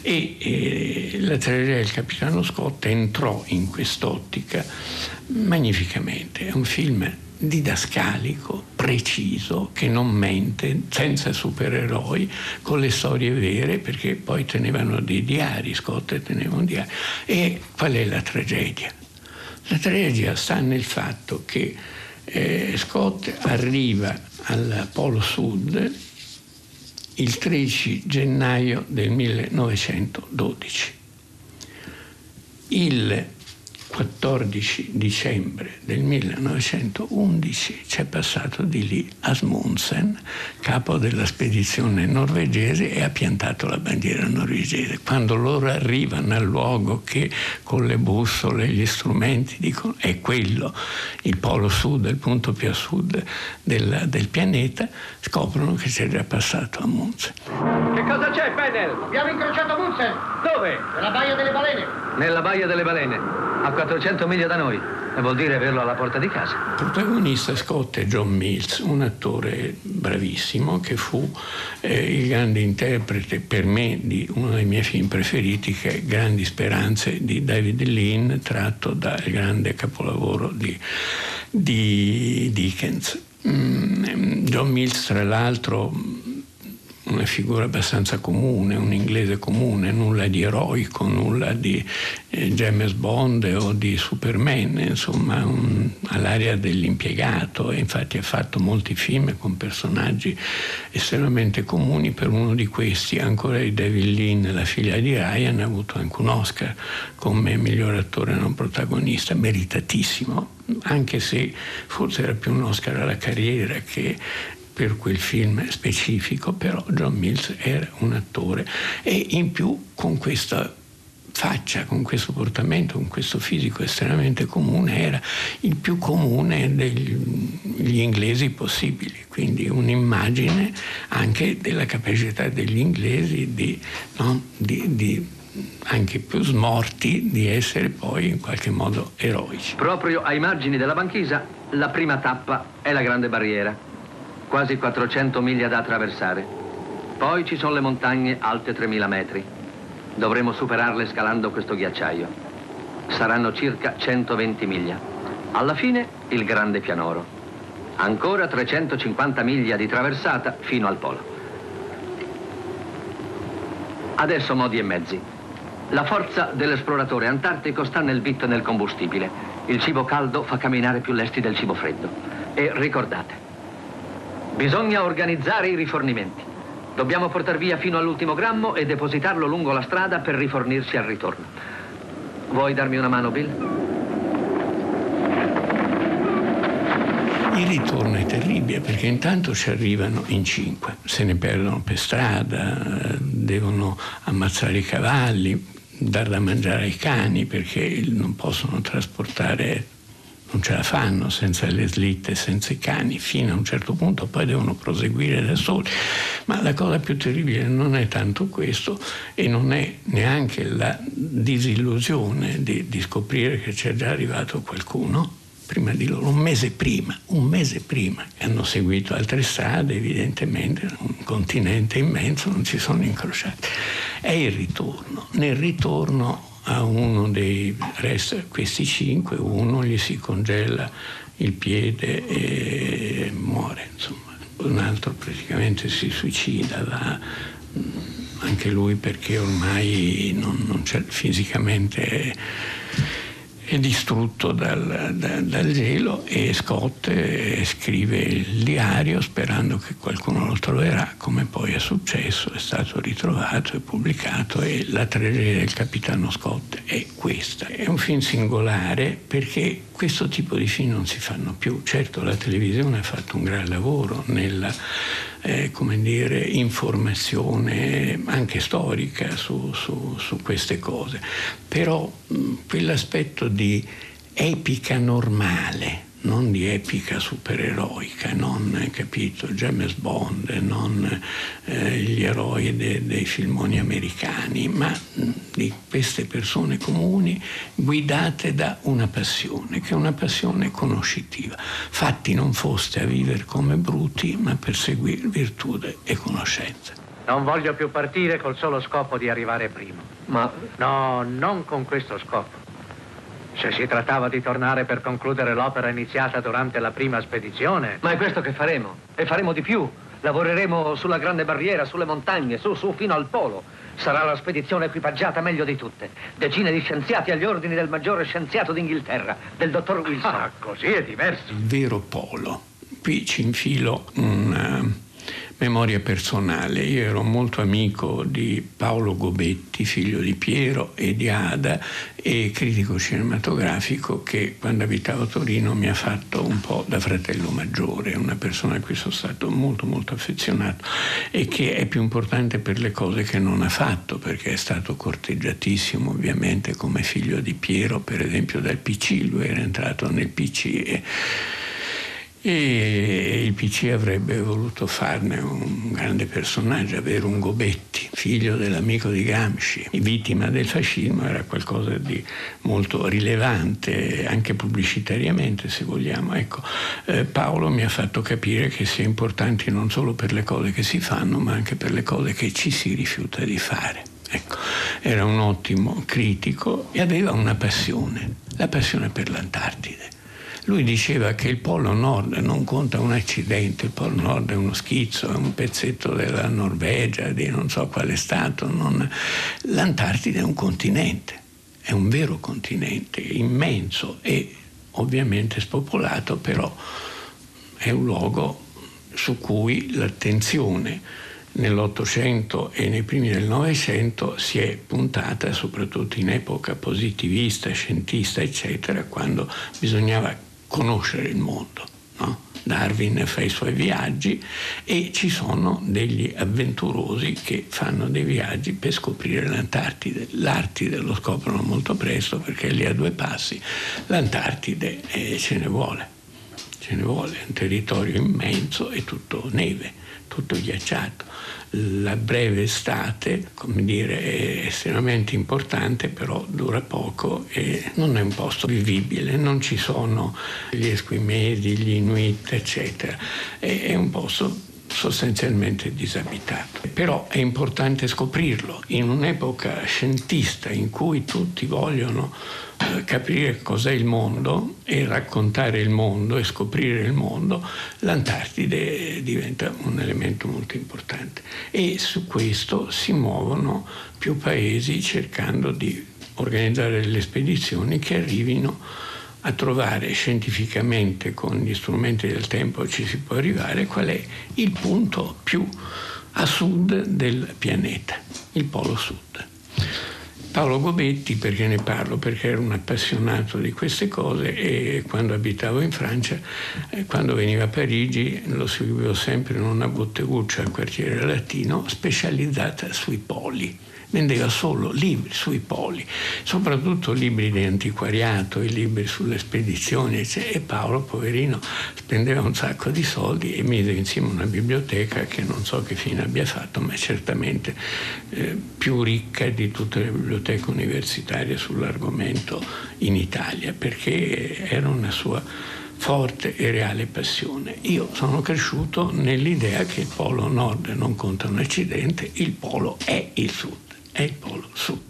E la tragedia del capitano Scott entrò in quest'ottica magnificamente. È un film didascalico, preciso, che non mente, senza supereroi, con le storie vere, perché poi tenevano dei diari, Scott teneva un diario. E qual è la tragedia? La tragedia sta nel fatto che Scott arriva al Polo Sud il 13 gennaio del 1912. Il 14 dicembre del 1911 c'è passato di lì Asmundsen, capo della spedizione norvegese, e ha piantato la bandiera norvegese. Quando loro arrivano al luogo che con le bussole e gli strumenti dicono è quello, il polo sud, il punto più a sud del pianeta, scoprono che c'è già passato Amundsen. Che cosa c'è, Fennel? Abbiamo incrociato Amundsen. Dove? Nella Baia delle Balene. Nella Baia delle Balene, a 400 miglia da noi. E vuol dire averlo alla porta di casa. Il protagonista Scott è John Mills, un attore bravissimo che fu il grande interprete per me di uno dei miei film preferiti, che è Grandi Speranze di David Lean, tratto dal grande capolavoro di Dickens. John Mills, tra l'altro, una figura abbastanza comune, un inglese comune, nulla di eroico, nulla di James Bond o di Superman, insomma all'area dell'impiegato, e infatti ha fatto molti film con personaggi estremamente comuni. Per uno di questi, ancora di David Lean, La figlia di Ryan, ha avuto anche un Oscar come miglior attore non protagonista, meritatissimo, anche se forse era più un Oscar alla carriera che per quel film specifico. Però John Mills era un attore, e in più con questa faccia, con questo portamento, con questo fisico estremamente comune, era il più comune degli inglesi possibili, quindi un'immagine anche della capacità degli inglesi di anche più smorti, di essere poi in qualche modo eroici. Proprio ai margini della banchisa, la prima tappa è la Grande Barriera. Quasi 400 miglia da attraversare. Poi ci sono le montagne alte 3000 metri. Dovremo superarle scalando questo ghiacciaio. Saranno circa 120 miglia. Alla fine il grande pianoro. Ancora 350 miglia di traversata fino al polo. Adesso modi e mezzi. La forza dell'esploratore antartico sta nel bit e nel combustibile. Il cibo caldo fa camminare più lesti del cibo freddo. E ricordate, bisogna organizzare i rifornimenti. Dobbiamo portar via fino all'ultimo grammo e depositarlo lungo la strada per rifornirsi al ritorno. Vuoi darmi una mano, Bill? Il ritorno è terribile, perché intanto ci arrivano in 5, se ne perdono per strada, devono ammazzare i cavalli, dar da mangiare ai cani, perché non possono trasportare, non ce la fanno senza le slitte, senza i cani, fino a un certo punto, poi devono proseguire da soli. Ma la cosa più terribile non è tanto questo, e non è neanche la disillusione di scoprire che c'è già arrivato qualcuno prima di loro, un mese prima, hanno seguito altre strade, evidentemente, un continente immenso, non si sono incrociati. È il ritorno. Nel ritorno a uno dei resta, questi 5, uno gli si congela il piede e muore, insomma. Un altro praticamente si suicida, anche lui, perché ormai non c'è, fisicamente è distrutto dal gelo, e Scott scrive il diario sperando che qualcuno lo troverà, come poi è successo, è stato ritrovato e pubblicato, e la tragedia del capitano Scott è questa. È un film singolare perché questo tipo di film non si fanno più. Certo, la televisione ha fatto un gran lavoro nella informazione anche storica su queste cose, però quell'aspetto di epica normale, non di epica supereroica, non, capito, James Bond, non gli eroi dei filmoni americani, ma di queste persone comuni guidate da una passione, che è una passione conoscitiva. Fatti non foste a vivere come bruti, ma per seguire virtù e conoscenza. Non voglio più partire col solo scopo di arrivare primo. Ma no, non con questo scopo. Se si trattava di tornare per concludere l'opera iniziata durante la prima spedizione... Ma è questo che faremo. E faremo di più. Lavoreremo sulla Grande Barriera, sulle montagne, su fino al polo. Sarà la spedizione equipaggiata meglio di tutte. Decine di scienziati agli ordini del maggiore scienziato d'Inghilterra, del dottor Wilson. Ah, così è diverso. Il vero polo. Qui ci infilo una memoria personale. Io ero molto amico di Paolo Gobetti, figlio di Piero e di Ada, e critico cinematografico, che quando abitavo a Torino mi ha fatto un po' da fratello maggiore, una persona a cui sono stato molto molto affezionato, e che è più importante per le cose che non ha fatto, perché è stato corteggiatissimo ovviamente come figlio di Piero, per esempio dal PC. Lui era entrato nel PC e il PC avrebbe voluto farne un grande personaggio, avere un Gobetti, figlio dell'amico di Gramsci, vittima del fascismo. Era qualcosa di molto rilevante, anche pubblicitariamente, se vogliamo. Ecco, Paolo mi ha fatto capire che si è importanti non solo per le cose che si fanno, ma anche per le cose che ci si rifiuta di fare. Ecco, era un ottimo critico e aveva una passione, la passione per l'Antartide. Lui diceva che il Polo Nord non conta un accidente, il Polo Nord è uno schizzo, è un pezzetto della Norvegia, di non so quale stato. L'Antartide è un continente, è un vero continente, immenso e ovviamente spopolato, però è un luogo su cui l'attenzione nell'Ottocento e nei primi del Novecento si è puntata, soprattutto in epoca positivista, scientista, eccetera, quando bisognava conoscere il mondo, no? Darwin fa i suoi viaggi e ci sono degli avventurosi che fanno dei viaggi per scoprire l'Antartide. L'Artide lo scoprono molto presto perché è lì a 2 passi. L'Antartide ce ne vuole, è un territorio immenso, è tutto neve, tutto ghiacciato. La breve estate, come dire, è estremamente importante, però dura poco e non è un posto vivibile, non ci sono gli esquimesi, gli inuit, eccetera. È un posto sostanzialmente disabitato. Però è importante scoprirlo. In un'epoca scientista in cui tutti vogliono capire cos'è il mondo e raccontare il mondo e scoprire il mondo, l'Antartide diventa un elemento molto importante. E su questo si muovono più paesi cercando di organizzare delle spedizioni che arrivino a trovare scientificamente, con gli strumenti del tempo ci si può arrivare, qual è il punto più a sud del pianeta, il Polo Sud. Paolo Gobetti, perché ne parlo? Perché ero un appassionato di queste cose e quando abitavo in Francia, quando veniva a Parigi, lo seguivo sempre in una botteguccia al quartiere latino specializzata sui poli. vendeva solo libri sui poli, soprattutto libri di antiquariato e libri sulle spedizioni, e Paolo, poverino, spendeva un sacco di soldi e mise insieme una biblioteca che non so che fine abbia fatto, ma è certamente più ricca di tutte le biblioteche universitarie sull'argomento in Italia, perché era una sua forte e reale passione. Io sono cresciuto nell'idea che il polo nord non conta un accidente, il polo è il sud, è il polo sud.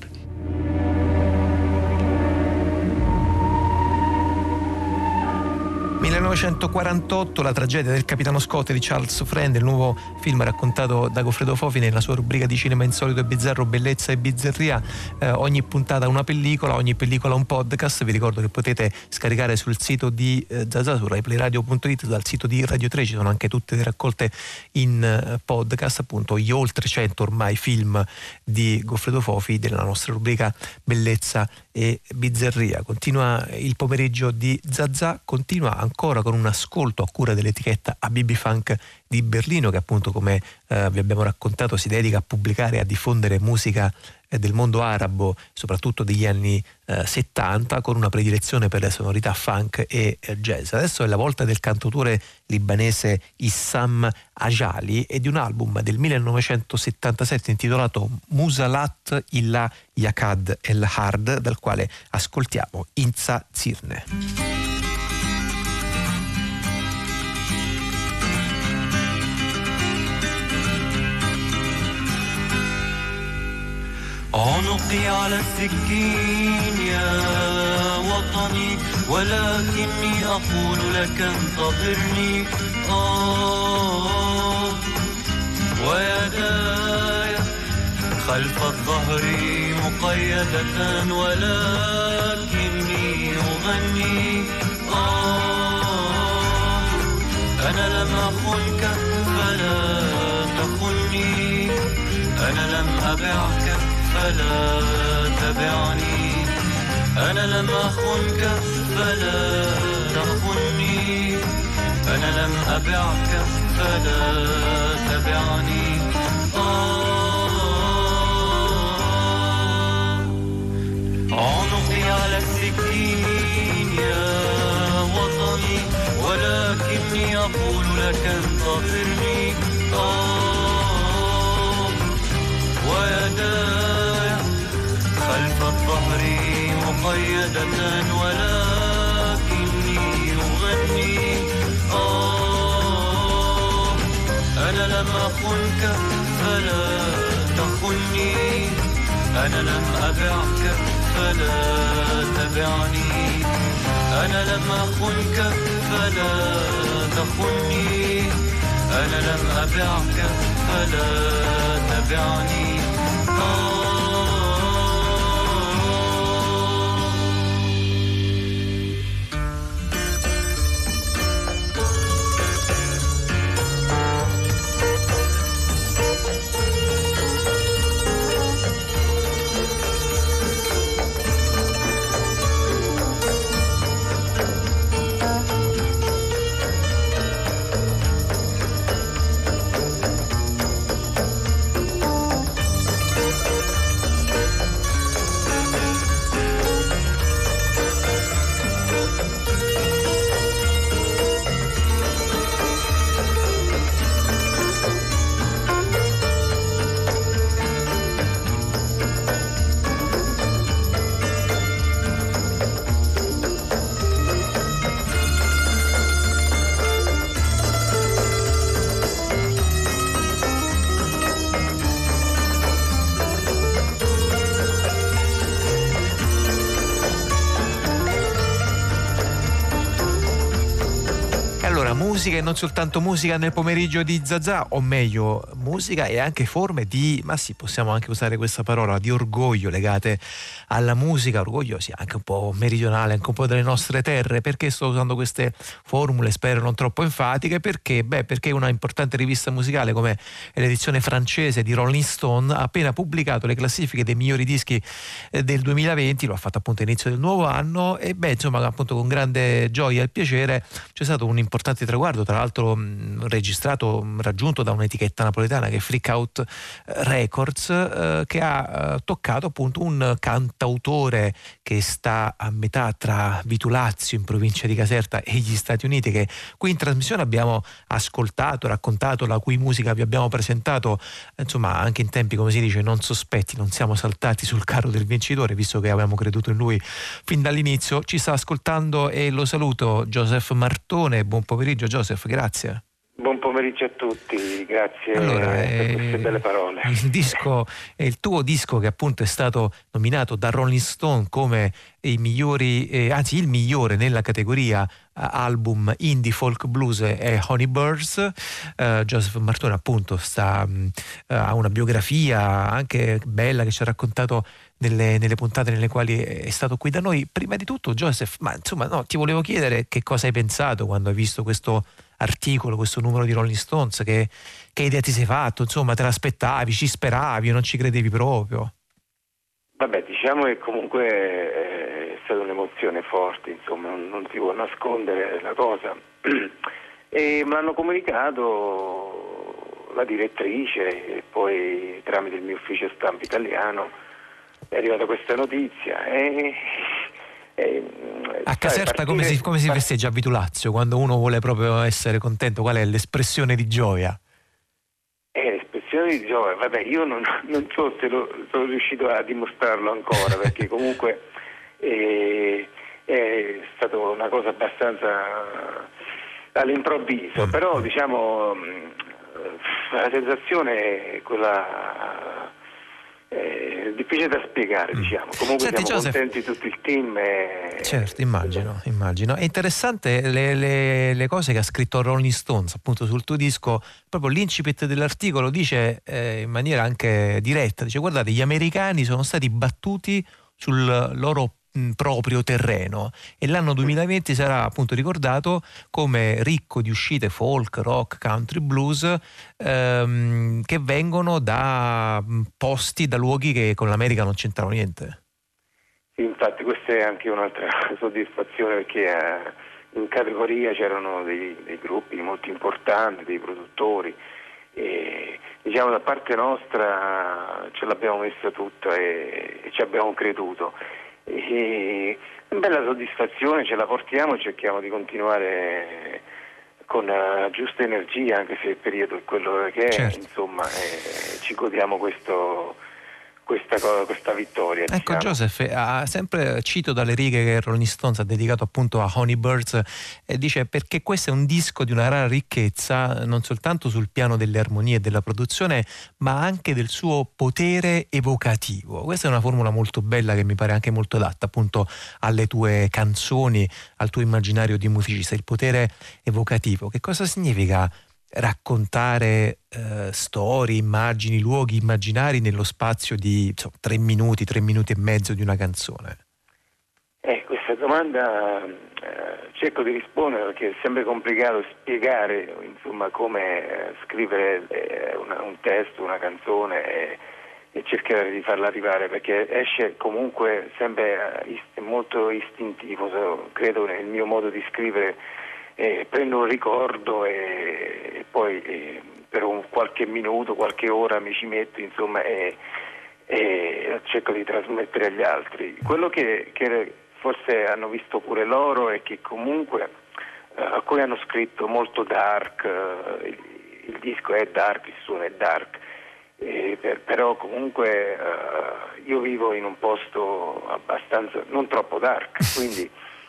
1948, La tragedia del capitano Scott di Charles Friend, il nuovo film raccontato da Goffredo Fofi nella sua rubrica di cinema insolito e bizzarro Bellezza e bizzarria. Ogni puntata una pellicola, ogni pellicola un podcast. Vi ricordo che potete scaricare sul sito di Zazà, su raiplayradio.it, dal sito di Radio 3 ci sono anche tutte le raccolte in podcast, appunto gli oltre 100 ormai film di Goffredo Fofi della nostra rubrica Bellezza e bizzarria. Continua il pomeriggio di Zazà, continua ancora con un ascolto a cura dell'etichetta ABB Funk di Berlino, che appunto, come vi abbiamo raccontato, si dedica a pubblicare e a diffondere musica del mondo arabo, soprattutto degli anni 70, con una predilezione per le sonorità funk e jazz. Adesso è la volta del cantautore libanese Issam Ajali e di un album del 1977 intitolato Musalat illa Yakad el Hard, dal quale ascoltiamo Inza Zirne. عنقي على السكين يا وطني ولكني أقول لك انتظرني ويداي خلف الظهر مقيدة ولكني أغني أنا لم أخنك فلا تخني أنا لم أبعك فلا تبعني أنا لم أخنك فلا تخني أنا لم أبعك فلا تبعني عنقي على السكين يا وطني ولكني أقول لك انتظرني ويداي خلف الظهر مقيدة ولكني أغني أنا لم أخنك فلا تخني أنا لم أبعك فلا تبعني أنا لم أخنك فلا تخني أنا لم أبعك فلا تبعني Musica e non soltanto musica nel pomeriggio di Zazà, o meglio musica e anche forme di, ma sì, possiamo anche usare questa parola, di orgoglio legate alla musica, orgoglio sì, anche un po' meridionale, anche un po' delle nostre terre. Perché sto usando queste formule, spero non troppo enfatiche? Perché una importante rivista musicale come l'edizione francese di Rolling Stone ha appena pubblicato le classifiche dei migliori dischi del 2020, lo ha fatto appunto all'inizio del nuovo anno, e insomma appunto con grande gioia e piacere c'è stato un importante traguardo riguardo, tra l'altro raggiunto da un'etichetta napoletana che è Freak Out Records, che ha toccato appunto un cantautore che sta a metà tra Vitulazio in provincia di Caserta e gli Stati Uniti, che qui in trasmissione abbiamo ascoltato, raccontato, la cui musica vi abbiamo presentato, insomma anche in tempi, come si dice, non sospetti. Non siamo saltati sul carro del vincitore, visto che avevamo creduto in lui fin dall'inizio. Ci sta ascoltando e lo saluto Joseph Martone. Buon pomeriggio Joseph, grazie. Buon pomeriggio a tutti, grazie per queste belle parole. Il tuo disco, che appunto è stato nominato da Rolling Stone come il migliore nella categoria album indie folk blues, è Honey Birds. Joseph Martone appunto ha una biografia anche bella che ci ha raccontato nelle puntate nelle quali è stato qui da noi. Prima di tutto Joseph, ti volevo chiedere che cosa hai pensato quando hai visto questo articolo, questo numero di Rolling Stones, che idea ti sei fatto, insomma, te l'aspettavi, ci speravi o non ci credevi proprio? Vabbè, diciamo che comunque è stata un'emozione forte, insomma, non si può nascondere la cosa. E me l'hanno comunicato la direttrice e poi tramite il mio ufficio stampa italiano è arrivata questa notizia a Caserta come si festeggia a Vitulazio quando uno vuole proprio essere contento? Qual è l'espressione di gioia? L'espressione di gioia, vabbè, io non so se sono riuscito a dimostrarlo ancora, perché comunque è stata una cosa abbastanza all'improvviso, però diciamo la sensazione è quella difficile da spiegare, diciamo. Comunque Senti, siamo Joseph, contenti tutto il team certo, immagino. È interessante le cose che ha scritto Rolling Stones appunto sul tuo disco. Proprio l'incipit dell'articolo dice in maniera anche diretta, dice: guardate, gli americani sono stati battuti sul loro proprio terreno e l'anno 2020 sarà appunto ricordato come ricco di uscite folk, rock, country, blues che vengono da posti, da luoghi che con l'America non c'entravano niente. Sì, infatti questa è anche un'altra soddisfazione, perché in categoria c'erano dei gruppi molto importanti, dei produttori, e diciamo da parte nostra ce l'abbiamo messa tutta e ci abbiamo creduto. E bella soddisfazione, ce la portiamo e cerchiamo di continuare con la giusta energia, anche se il periodo è quello che è, certo. Insomma, ci godiamo questa vittoria. Ecco, diciamo. Joseph, sempre cito dalle righe che Rolling Stones ha dedicato appunto a Honey Birds, e dice: perché questo è un disco di una rara ricchezza, non soltanto sul piano delle armonie e della produzione, ma anche del suo potere evocativo. Questa è una formula molto bella, che mi pare anche molto adatta appunto alle tue canzoni, al tuo immaginario di musicista, il potere evocativo. Che cosa significa raccontare storie, immagini, luoghi immaginari nello spazio di 3 minuti e mezzo di una canzone? Questa domanda cerco di rispondere, perché è sempre complicato spiegare, insomma, come scrivere un testo, una canzone e cercare di farla arrivare, perché esce comunque sempre molto istintivo. Credo nel mio modo di scrivere, prendo un ricordo e poi per qualche minuto, qualche ora mi ci metto, insomma, e cerco di trasmettere agli altri. Quello che forse hanno visto pure loro è che comunque alcuni hanno scritto molto dark, il disco è dark, il suono è dark, però comunque io vivo in un posto abbastanza non troppo dark, quindi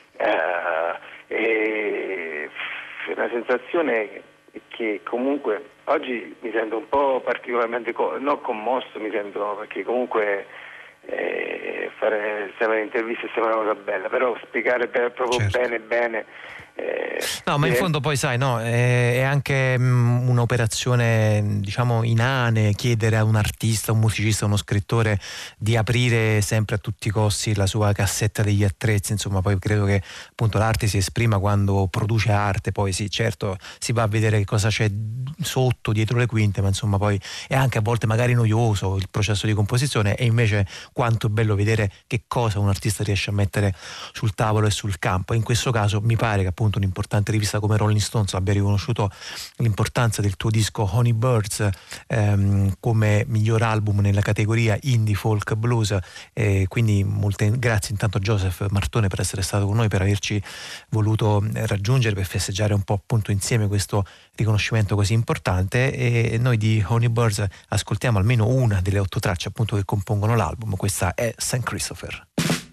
la sensazione è che comunque oggi mi sento un po' particolarmente commosso, mi sento, perché comunque fare interviste sembra una cosa bella, però spiegare proprio certo. bene no, ma in fondo poi sai, no, è anche un'operazione, diciamo, inane chiedere a un artista, un musicista, uno scrittore di aprire sempre a tutti i costi la sua cassetta degli attrezzi. Insomma, poi credo che appunto l'arte si esprima quando produce arte, poi sì, certo si va a vedere che cosa c'è sotto, dietro le quinte, ma insomma poi è anche a volte magari noioso il processo di composizione, e invece quanto è bello vedere che cosa un artista riesce a mettere sul tavolo e sul campo. E in questo caso mi pare che appunto un'importante rivista come Rolling Stones abbia riconosciuto l'importanza del tuo disco Honey Birds come miglior album nella categoria indie folk blues, quindi molte grazie intanto a Joseph Martone per essere stato con noi, per averci voluto raggiungere, per festeggiare un po' appunto insieme questo riconoscimento così importante. E noi di Honey Birds ascoltiamo almeno una delle 8 tracce appunto che compongono l'album. Questa è St. Christopher.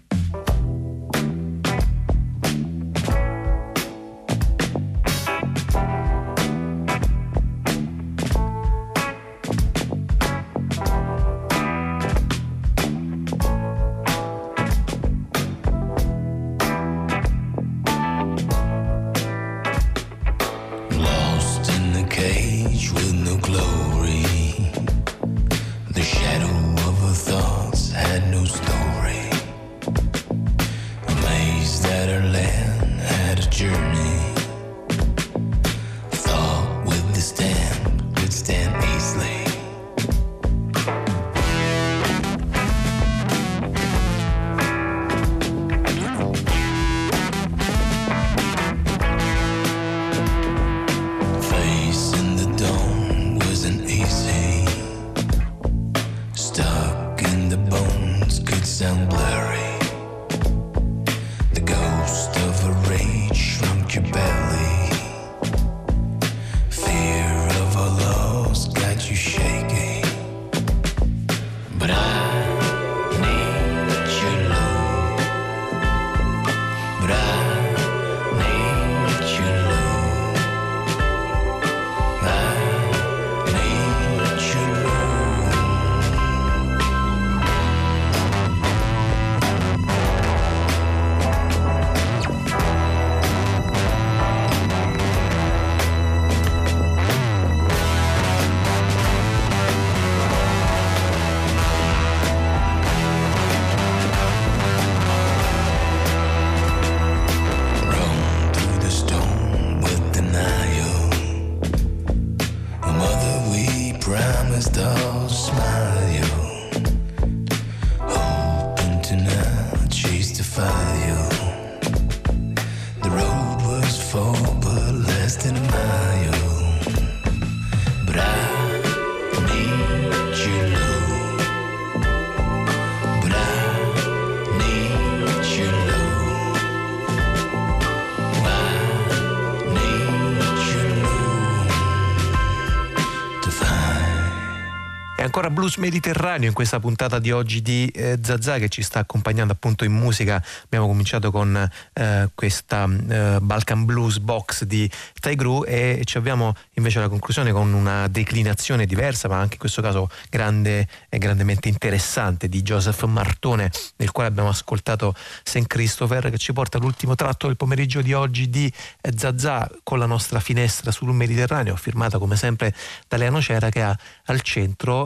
Ancora blues mediterraneo in questa puntata di oggi di Zazà, che ci sta accompagnando appunto in musica. Abbiamo cominciato con questa Balkan Blues Box di Tigru e ci avviamo invece alla conclusione con una declinazione diversa, ma anche in questo caso grandemente interessante, di Joseph Martone, nel quale abbiamo ascoltato St. Christopher, che ci porta all'ultimo tratto del pomeriggio di oggi di Zazà, con la nostra finestra sul Mediterraneo, firmata come sempre da Lea Nocera, che ha al centro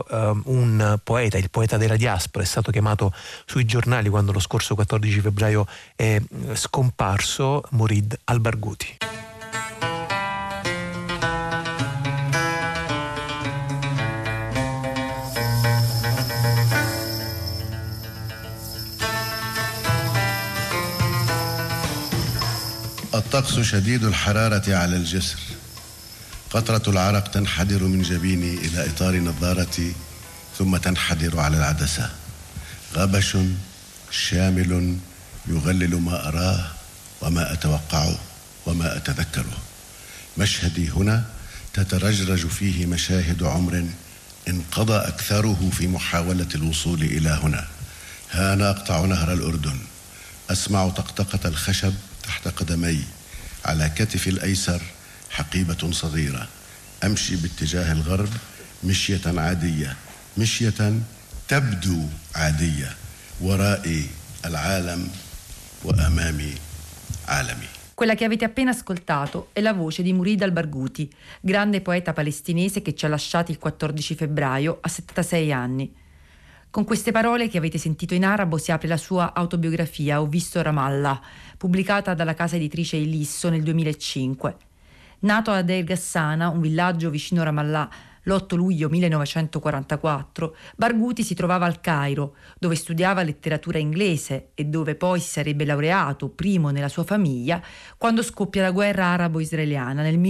un poeta, il poeta della diaspora. È stato chiamato sui giornali quando lo scorso 14 febbraio è scomparso, Mourid al-Barghouti. الطقس شديد الحرارة على الجسر. قطرة العرق تنحدر من جبيني إلى إطار نظارتي ثم تنحدر على العدسة. غبش شامل يغلل ما أراه وما أتوقعه وما أتذكره. مشهدي هنا تترجرج فيه مشاهد عمر انقضى أكثره في محاولة الوصول إلى هنا. ها أنا أقطع نهر الأردن، أسمع طقطقة الخشب تحت قدمي، على كتفي الأيسر حقيبة صغيرة، أمشي باتجاه الغرب مشية عادية، مشية تبدو عادية، ورائي العالم وأمامي عالمي. Quella che avete appena ascoltato è la voce di Mourid al-Barghouti, grande poeta palestinese che ci ha lasciati il 14 febbraio a 76 anni. Con queste parole che avete sentito in arabo si apre la sua autobiografia Ho visto Ramallah, pubblicata dalla casa editrice Ilisso nel 2005. Nato a Deir Ghassana, un villaggio vicino Ramallah, L'8 luglio 1944 Barghuti si trovava al Cairo, dove studiava letteratura inglese e dove poi si sarebbe laureato, primo nella sua famiglia, quando scoppia la guerra arabo-israeliana nel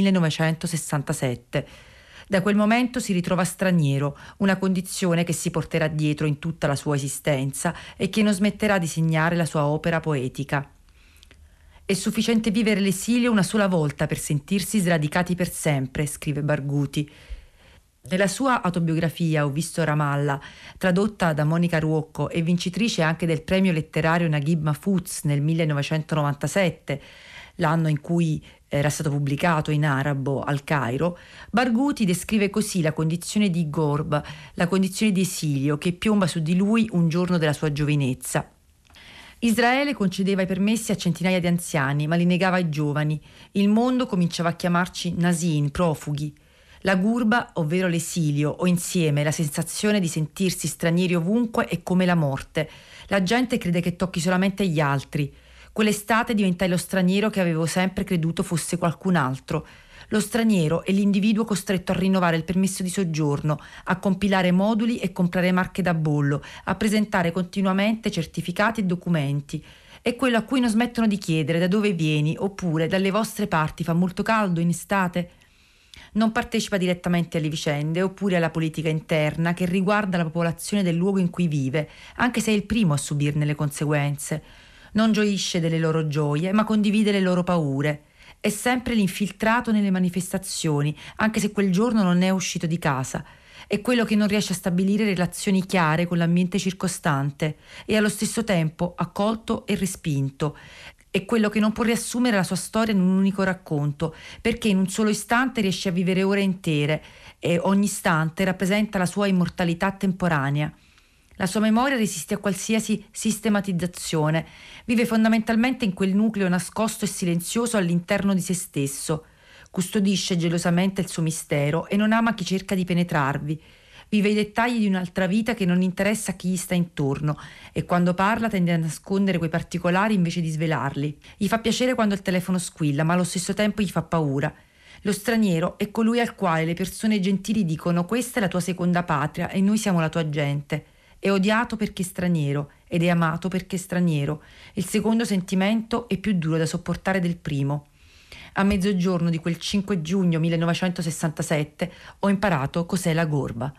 1967. Da quel momento si ritrova straniero, una condizione che si porterà dietro in tutta la sua esistenza e che non smetterà di segnare la sua opera poetica. È sufficiente vivere l'esilio una sola volta per sentirsi sradicati per sempre, scrive Barghuti. Nella sua autobiografia Ho visto Ramallah, tradotta da Monica Ruocco e vincitrice anche del premio letterario Naguib Mahfouz nel 1997, l'anno in cui era stato pubblicato in arabo al Cairo, Barghuti descrive così la condizione di Ghorba, la condizione di esilio che piomba su di lui un giorno della sua giovinezza. Israele concedeva i permessi a centinaia di anziani, ma li negava ai giovani. Il mondo cominciava a chiamarci nasin, profughi. La gurba, ovvero l'esilio, o insieme la sensazione di sentirsi stranieri ovunque, è come la morte. La gente crede che tocchi solamente agli altri. Quell'estate diventai lo straniero che avevo sempre creduto fosse qualcun altro. Lo straniero è l'individuo costretto a rinnovare il permesso di soggiorno, a compilare moduli e comprare marche da bollo, a presentare continuamente certificati e documenti. È quello a cui non smettono di chiedere da dove vieni, oppure dalle vostre parti fa molto caldo in estate. Non partecipa direttamente alle vicende oppure alla politica interna che riguarda la popolazione del luogo in cui vive, anche se è il primo a subirne le conseguenze. Non gioisce delle loro gioie, ma condivide le loro paure. È sempre l'infiltrato nelle manifestazioni, anche se quel giorno non è uscito di casa. È quello che non riesce a stabilire relazioni chiare con l'ambiente circostante e allo stesso tempo accolto e respinto. È quello che non può riassumere la sua storia in un unico racconto, perché in un solo istante riesce a vivere ore intere e ogni istante rappresenta la sua immortalità temporanea. La sua memoria resiste a qualsiasi sistematizzazione, vive fondamentalmente in quel nucleo nascosto e silenzioso all'interno di se stesso. Custodisce gelosamente il suo mistero e non ama chi cerca di penetrarvi. Vive i dettagli di un'altra vita che non interessa a chi gli sta intorno e quando parla tende a nascondere quei particolari invece di svelarli. Gli fa piacere quando il telefono squilla, ma allo stesso tempo gli fa paura. Lo straniero è colui al quale le persone gentili dicono: questa è la tua seconda patria e noi siamo la tua gente. È odiato perché straniero ed è amato perché straniero. Il secondo sentimento è più duro da sopportare del primo. A mezzogiorno di quel 5 giugno 1967 ho imparato cos'è la Ghorba.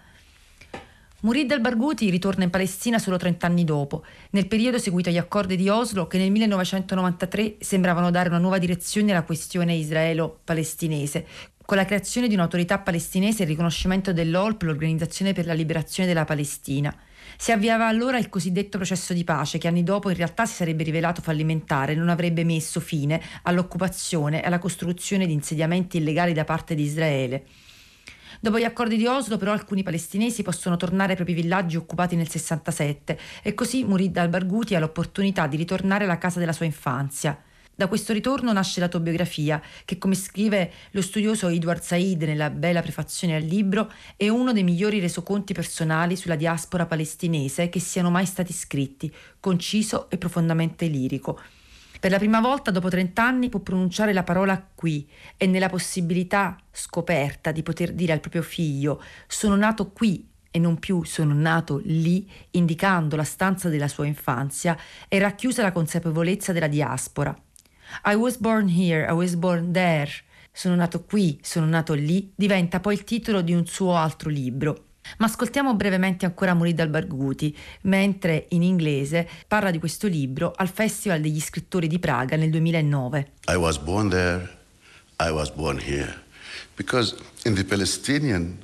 Murid al-Barghuti ritorna in Palestina solo 30 anni dopo, nel periodo seguito agli accordi di Oslo che nel 1993 sembravano dare una nuova direzione alla questione israelo-palestinese, con la creazione di un'autorità palestinese e il riconoscimento dell'OLP, l'Organizzazione per la Liberazione della Palestina. Si avviava allora il cosiddetto processo di pace che anni dopo in realtà si sarebbe rivelato fallimentare e non avrebbe messo fine all'occupazione e alla costruzione di insediamenti illegali da parte di Israele. Dopo gli accordi di Oslo però alcuni palestinesi possono tornare ai propri villaggi occupati nel 67 e così Murid al-Barghuti ha l'opportunità di ritornare alla casa della sua infanzia. Da questo ritorno nasce l'autobiografia che, come scrive lo studioso Edward Said nella bella prefazione al libro, è uno dei migliori resoconti personali sulla diaspora palestinese che siano mai stati scritti, conciso e profondamente lirico. Per la prima volta dopo 30 anni può pronunciare la parola qui e nella possibilità scoperta di poter dire al proprio figlio: sono nato qui e non più sono nato lì, indicando la stanza della sua infanzia, è racchiusa la consapevolezza della diaspora. I was born here, I was born there, sono nato qui, sono nato lì, diventa poi il titolo di un suo altro libro. Ma ascoltiamo brevemente ancora Murid al-Barghuti, mentre in inglese parla di questo libro al Festival degli Scrittori di Praga nel 2009. I was born there, I was born here, because in the Palestinian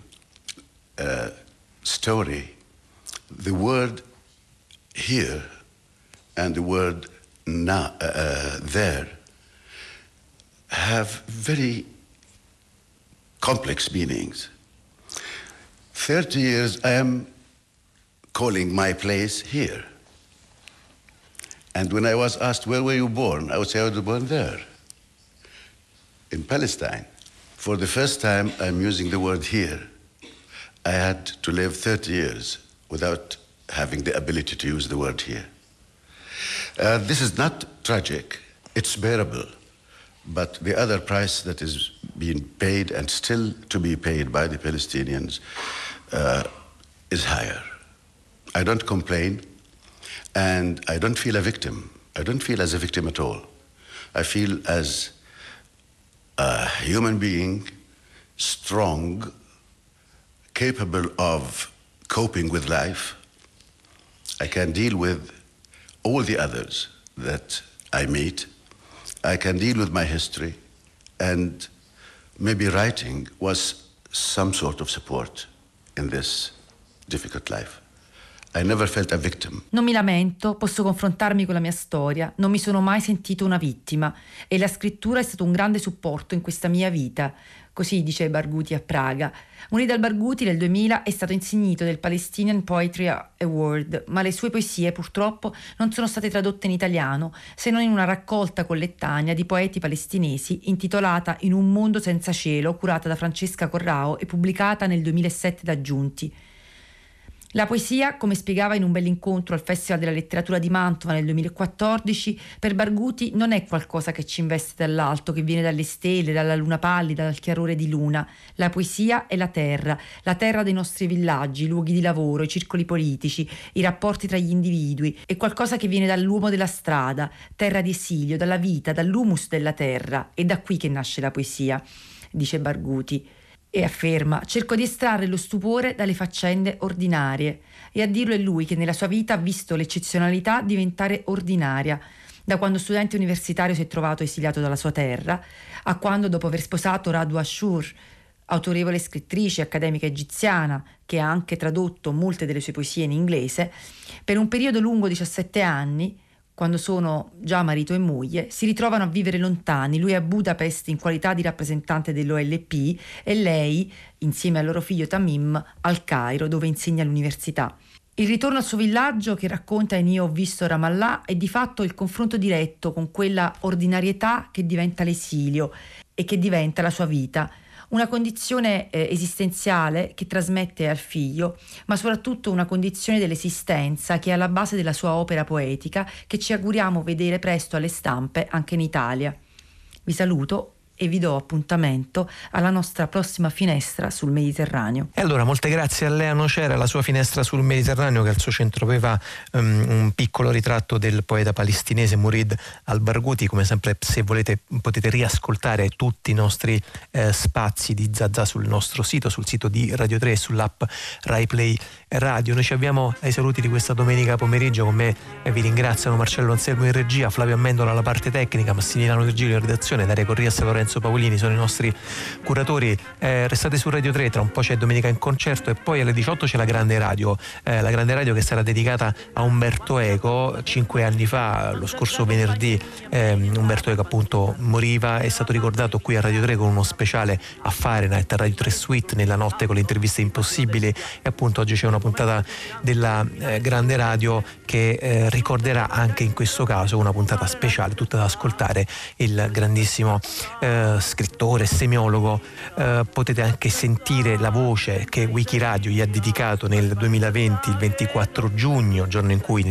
story, the word here and the word now, there have very complex meanings. 30 years I am calling my place here. And when I was asked, where were you born? I would say I was born there, in Palestine. For the first time, I'm using the word here. I had to live 30 years without having the ability to use the word here. This is not tragic, it's bearable. but the other price that is being paid and still to be paid by the Palestinians is higher. I don't complain, and I don't feel a victim. I don't feel as a victim at all. I feel as a human being, strong, capable of coping with life. I can deal with all the others that I meet. I can deal with my history, and maybe writing was some sort of support in this difficult life. I never felt a victim. Non mi lamento, posso confrontarmi con la mia storia, non mi sono mai sentito una vittima e la scrittura è stato un grande supporto in questa mia vita. Così dice Barghouti a Praga. Murid al-Barghouti nel 2000 è stato insignito del Palestinian Poetry Award, ma le sue poesie purtroppo non sono state tradotte in italiano, se non in una raccolta collettanea di poeti palestinesi intitolata In un mondo senza cielo, curata da Francesca Corrao e pubblicata nel 2007 da Giunti. La poesia, come spiegava in un bell'incontro al Festival della Letteratura di Mantova nel 2014, per Barghouti non è qualcosa che ci investe dall'alto, che viene dalle stelle, dalla luna pallida, dal chiarore di luna. La poesia è la terra dei nostri villaggi, i luoghi di lavoro, i circoli politici, i rapporti tra gli individui. È qualcosa che viene dall'uomo della strada, terra di esilio, dalla vita, dall'humus della terra. È da qui che nasce la poesia, dice Barghouti. E afferma: cerco di estrarre lo stupore dalle faccende ordinarie. E a dirlo è lui che nella sua vita ha visto l'eccezionalità diventare ordinaria, da quando studente universitario si è trovato esiliato dalla sua terra, a quando, dopo aver sposato Radu Ashur, autorevole scrittrice accademica egiziana che ha anche tradotto molte delle sue poesie in inglese, per un periodo lungo 17 anni, quando sono già marito e moglie, si ritrovano a vivere lontani, lui a Budapest in qualità di rappresentante dell'OLP e lei, insieme al loro figlio Tamim, al Cairo, dove insegna all'università. Il ritorno al suo villaggio, che racconta in Io ho visto Ramallah, è di fatto il confronto diretto con quella ordinarietà che diventa l'esilio e che diventa la sua vita. Una condizione esistenziale che trasmette al figlio, ma soprattutto una condizione dell'esistenza che è alla base della sua opera poetica, che ci auguriamo vedere presto alle stampe anche in Italia. Vi saluto e vi do appuntamento alla nostra prossima finestra sul Mediterraneo. E allora molte grazie a Lea Nocera, la sua finestra sul Mediterraneo, che al suo centro aveva un piccolo ritratto del poeta palestinese Murid al-Barghouti. Come sempre, se volete, potete riascoltare tutti i nostri spazi di Zazà sul nostro sito, sul sito di Radio 3 e sull'app Rai Play Radio. Noi ci avviamo ai saluti di questa domenica pomeriggio. Con me vi ringraziano Marcello Anselmo in regia, Flavio Amendola alla parte tecnica, Massimiliano Virgilio in redazione, Daria Corrias e Lorenzo Paolini sono i nostri curatori. Restate su Radio 3, tra un po' c'è Domenica in Concerto e poi alle 18 c'è la Grande Radio che sarà dedicata a Umberto Eco. 5 anni fa, lo scorso venerdì, Umberto Eco appunto moriva, è stato ricordato qui a Radio 3 con uno speciale a Fahrenheit, a Radio 3 Suite, nella notte con le interviste impossibili, e appunto oggi c'è una puntata della Grande Radio che ricorderà anche in questo caso una puntata speciale tutta da ascoltare il grandissimo scrittore, semiologo. Potete anche sentire la voce che Wikiradio gli ha dedicato nel 2020, il 24 giugno, giorno in cui nel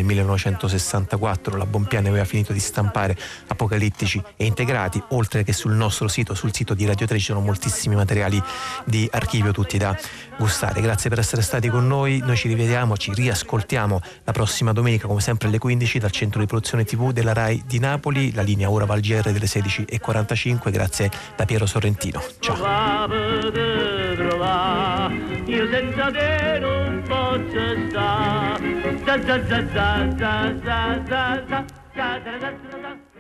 1964 la Bompiani aveva finito di stampare Apocalittici e Integrati. Oltre che sul nostro sito, sul sito di Radio 3, ci sono moltissimi materiali di archivio, tutti da gustare. Grazie per essere stati con noi. Noi ci rivediamo, ci riascoltiamo la prossima domenica, come sempre alle 15, dal centro di produzione TV della Rai di Napoli. La linea ora va al GR delle 16:45. Grazie da Piero Sorrentino. Ciao. Io senza te non posso stare.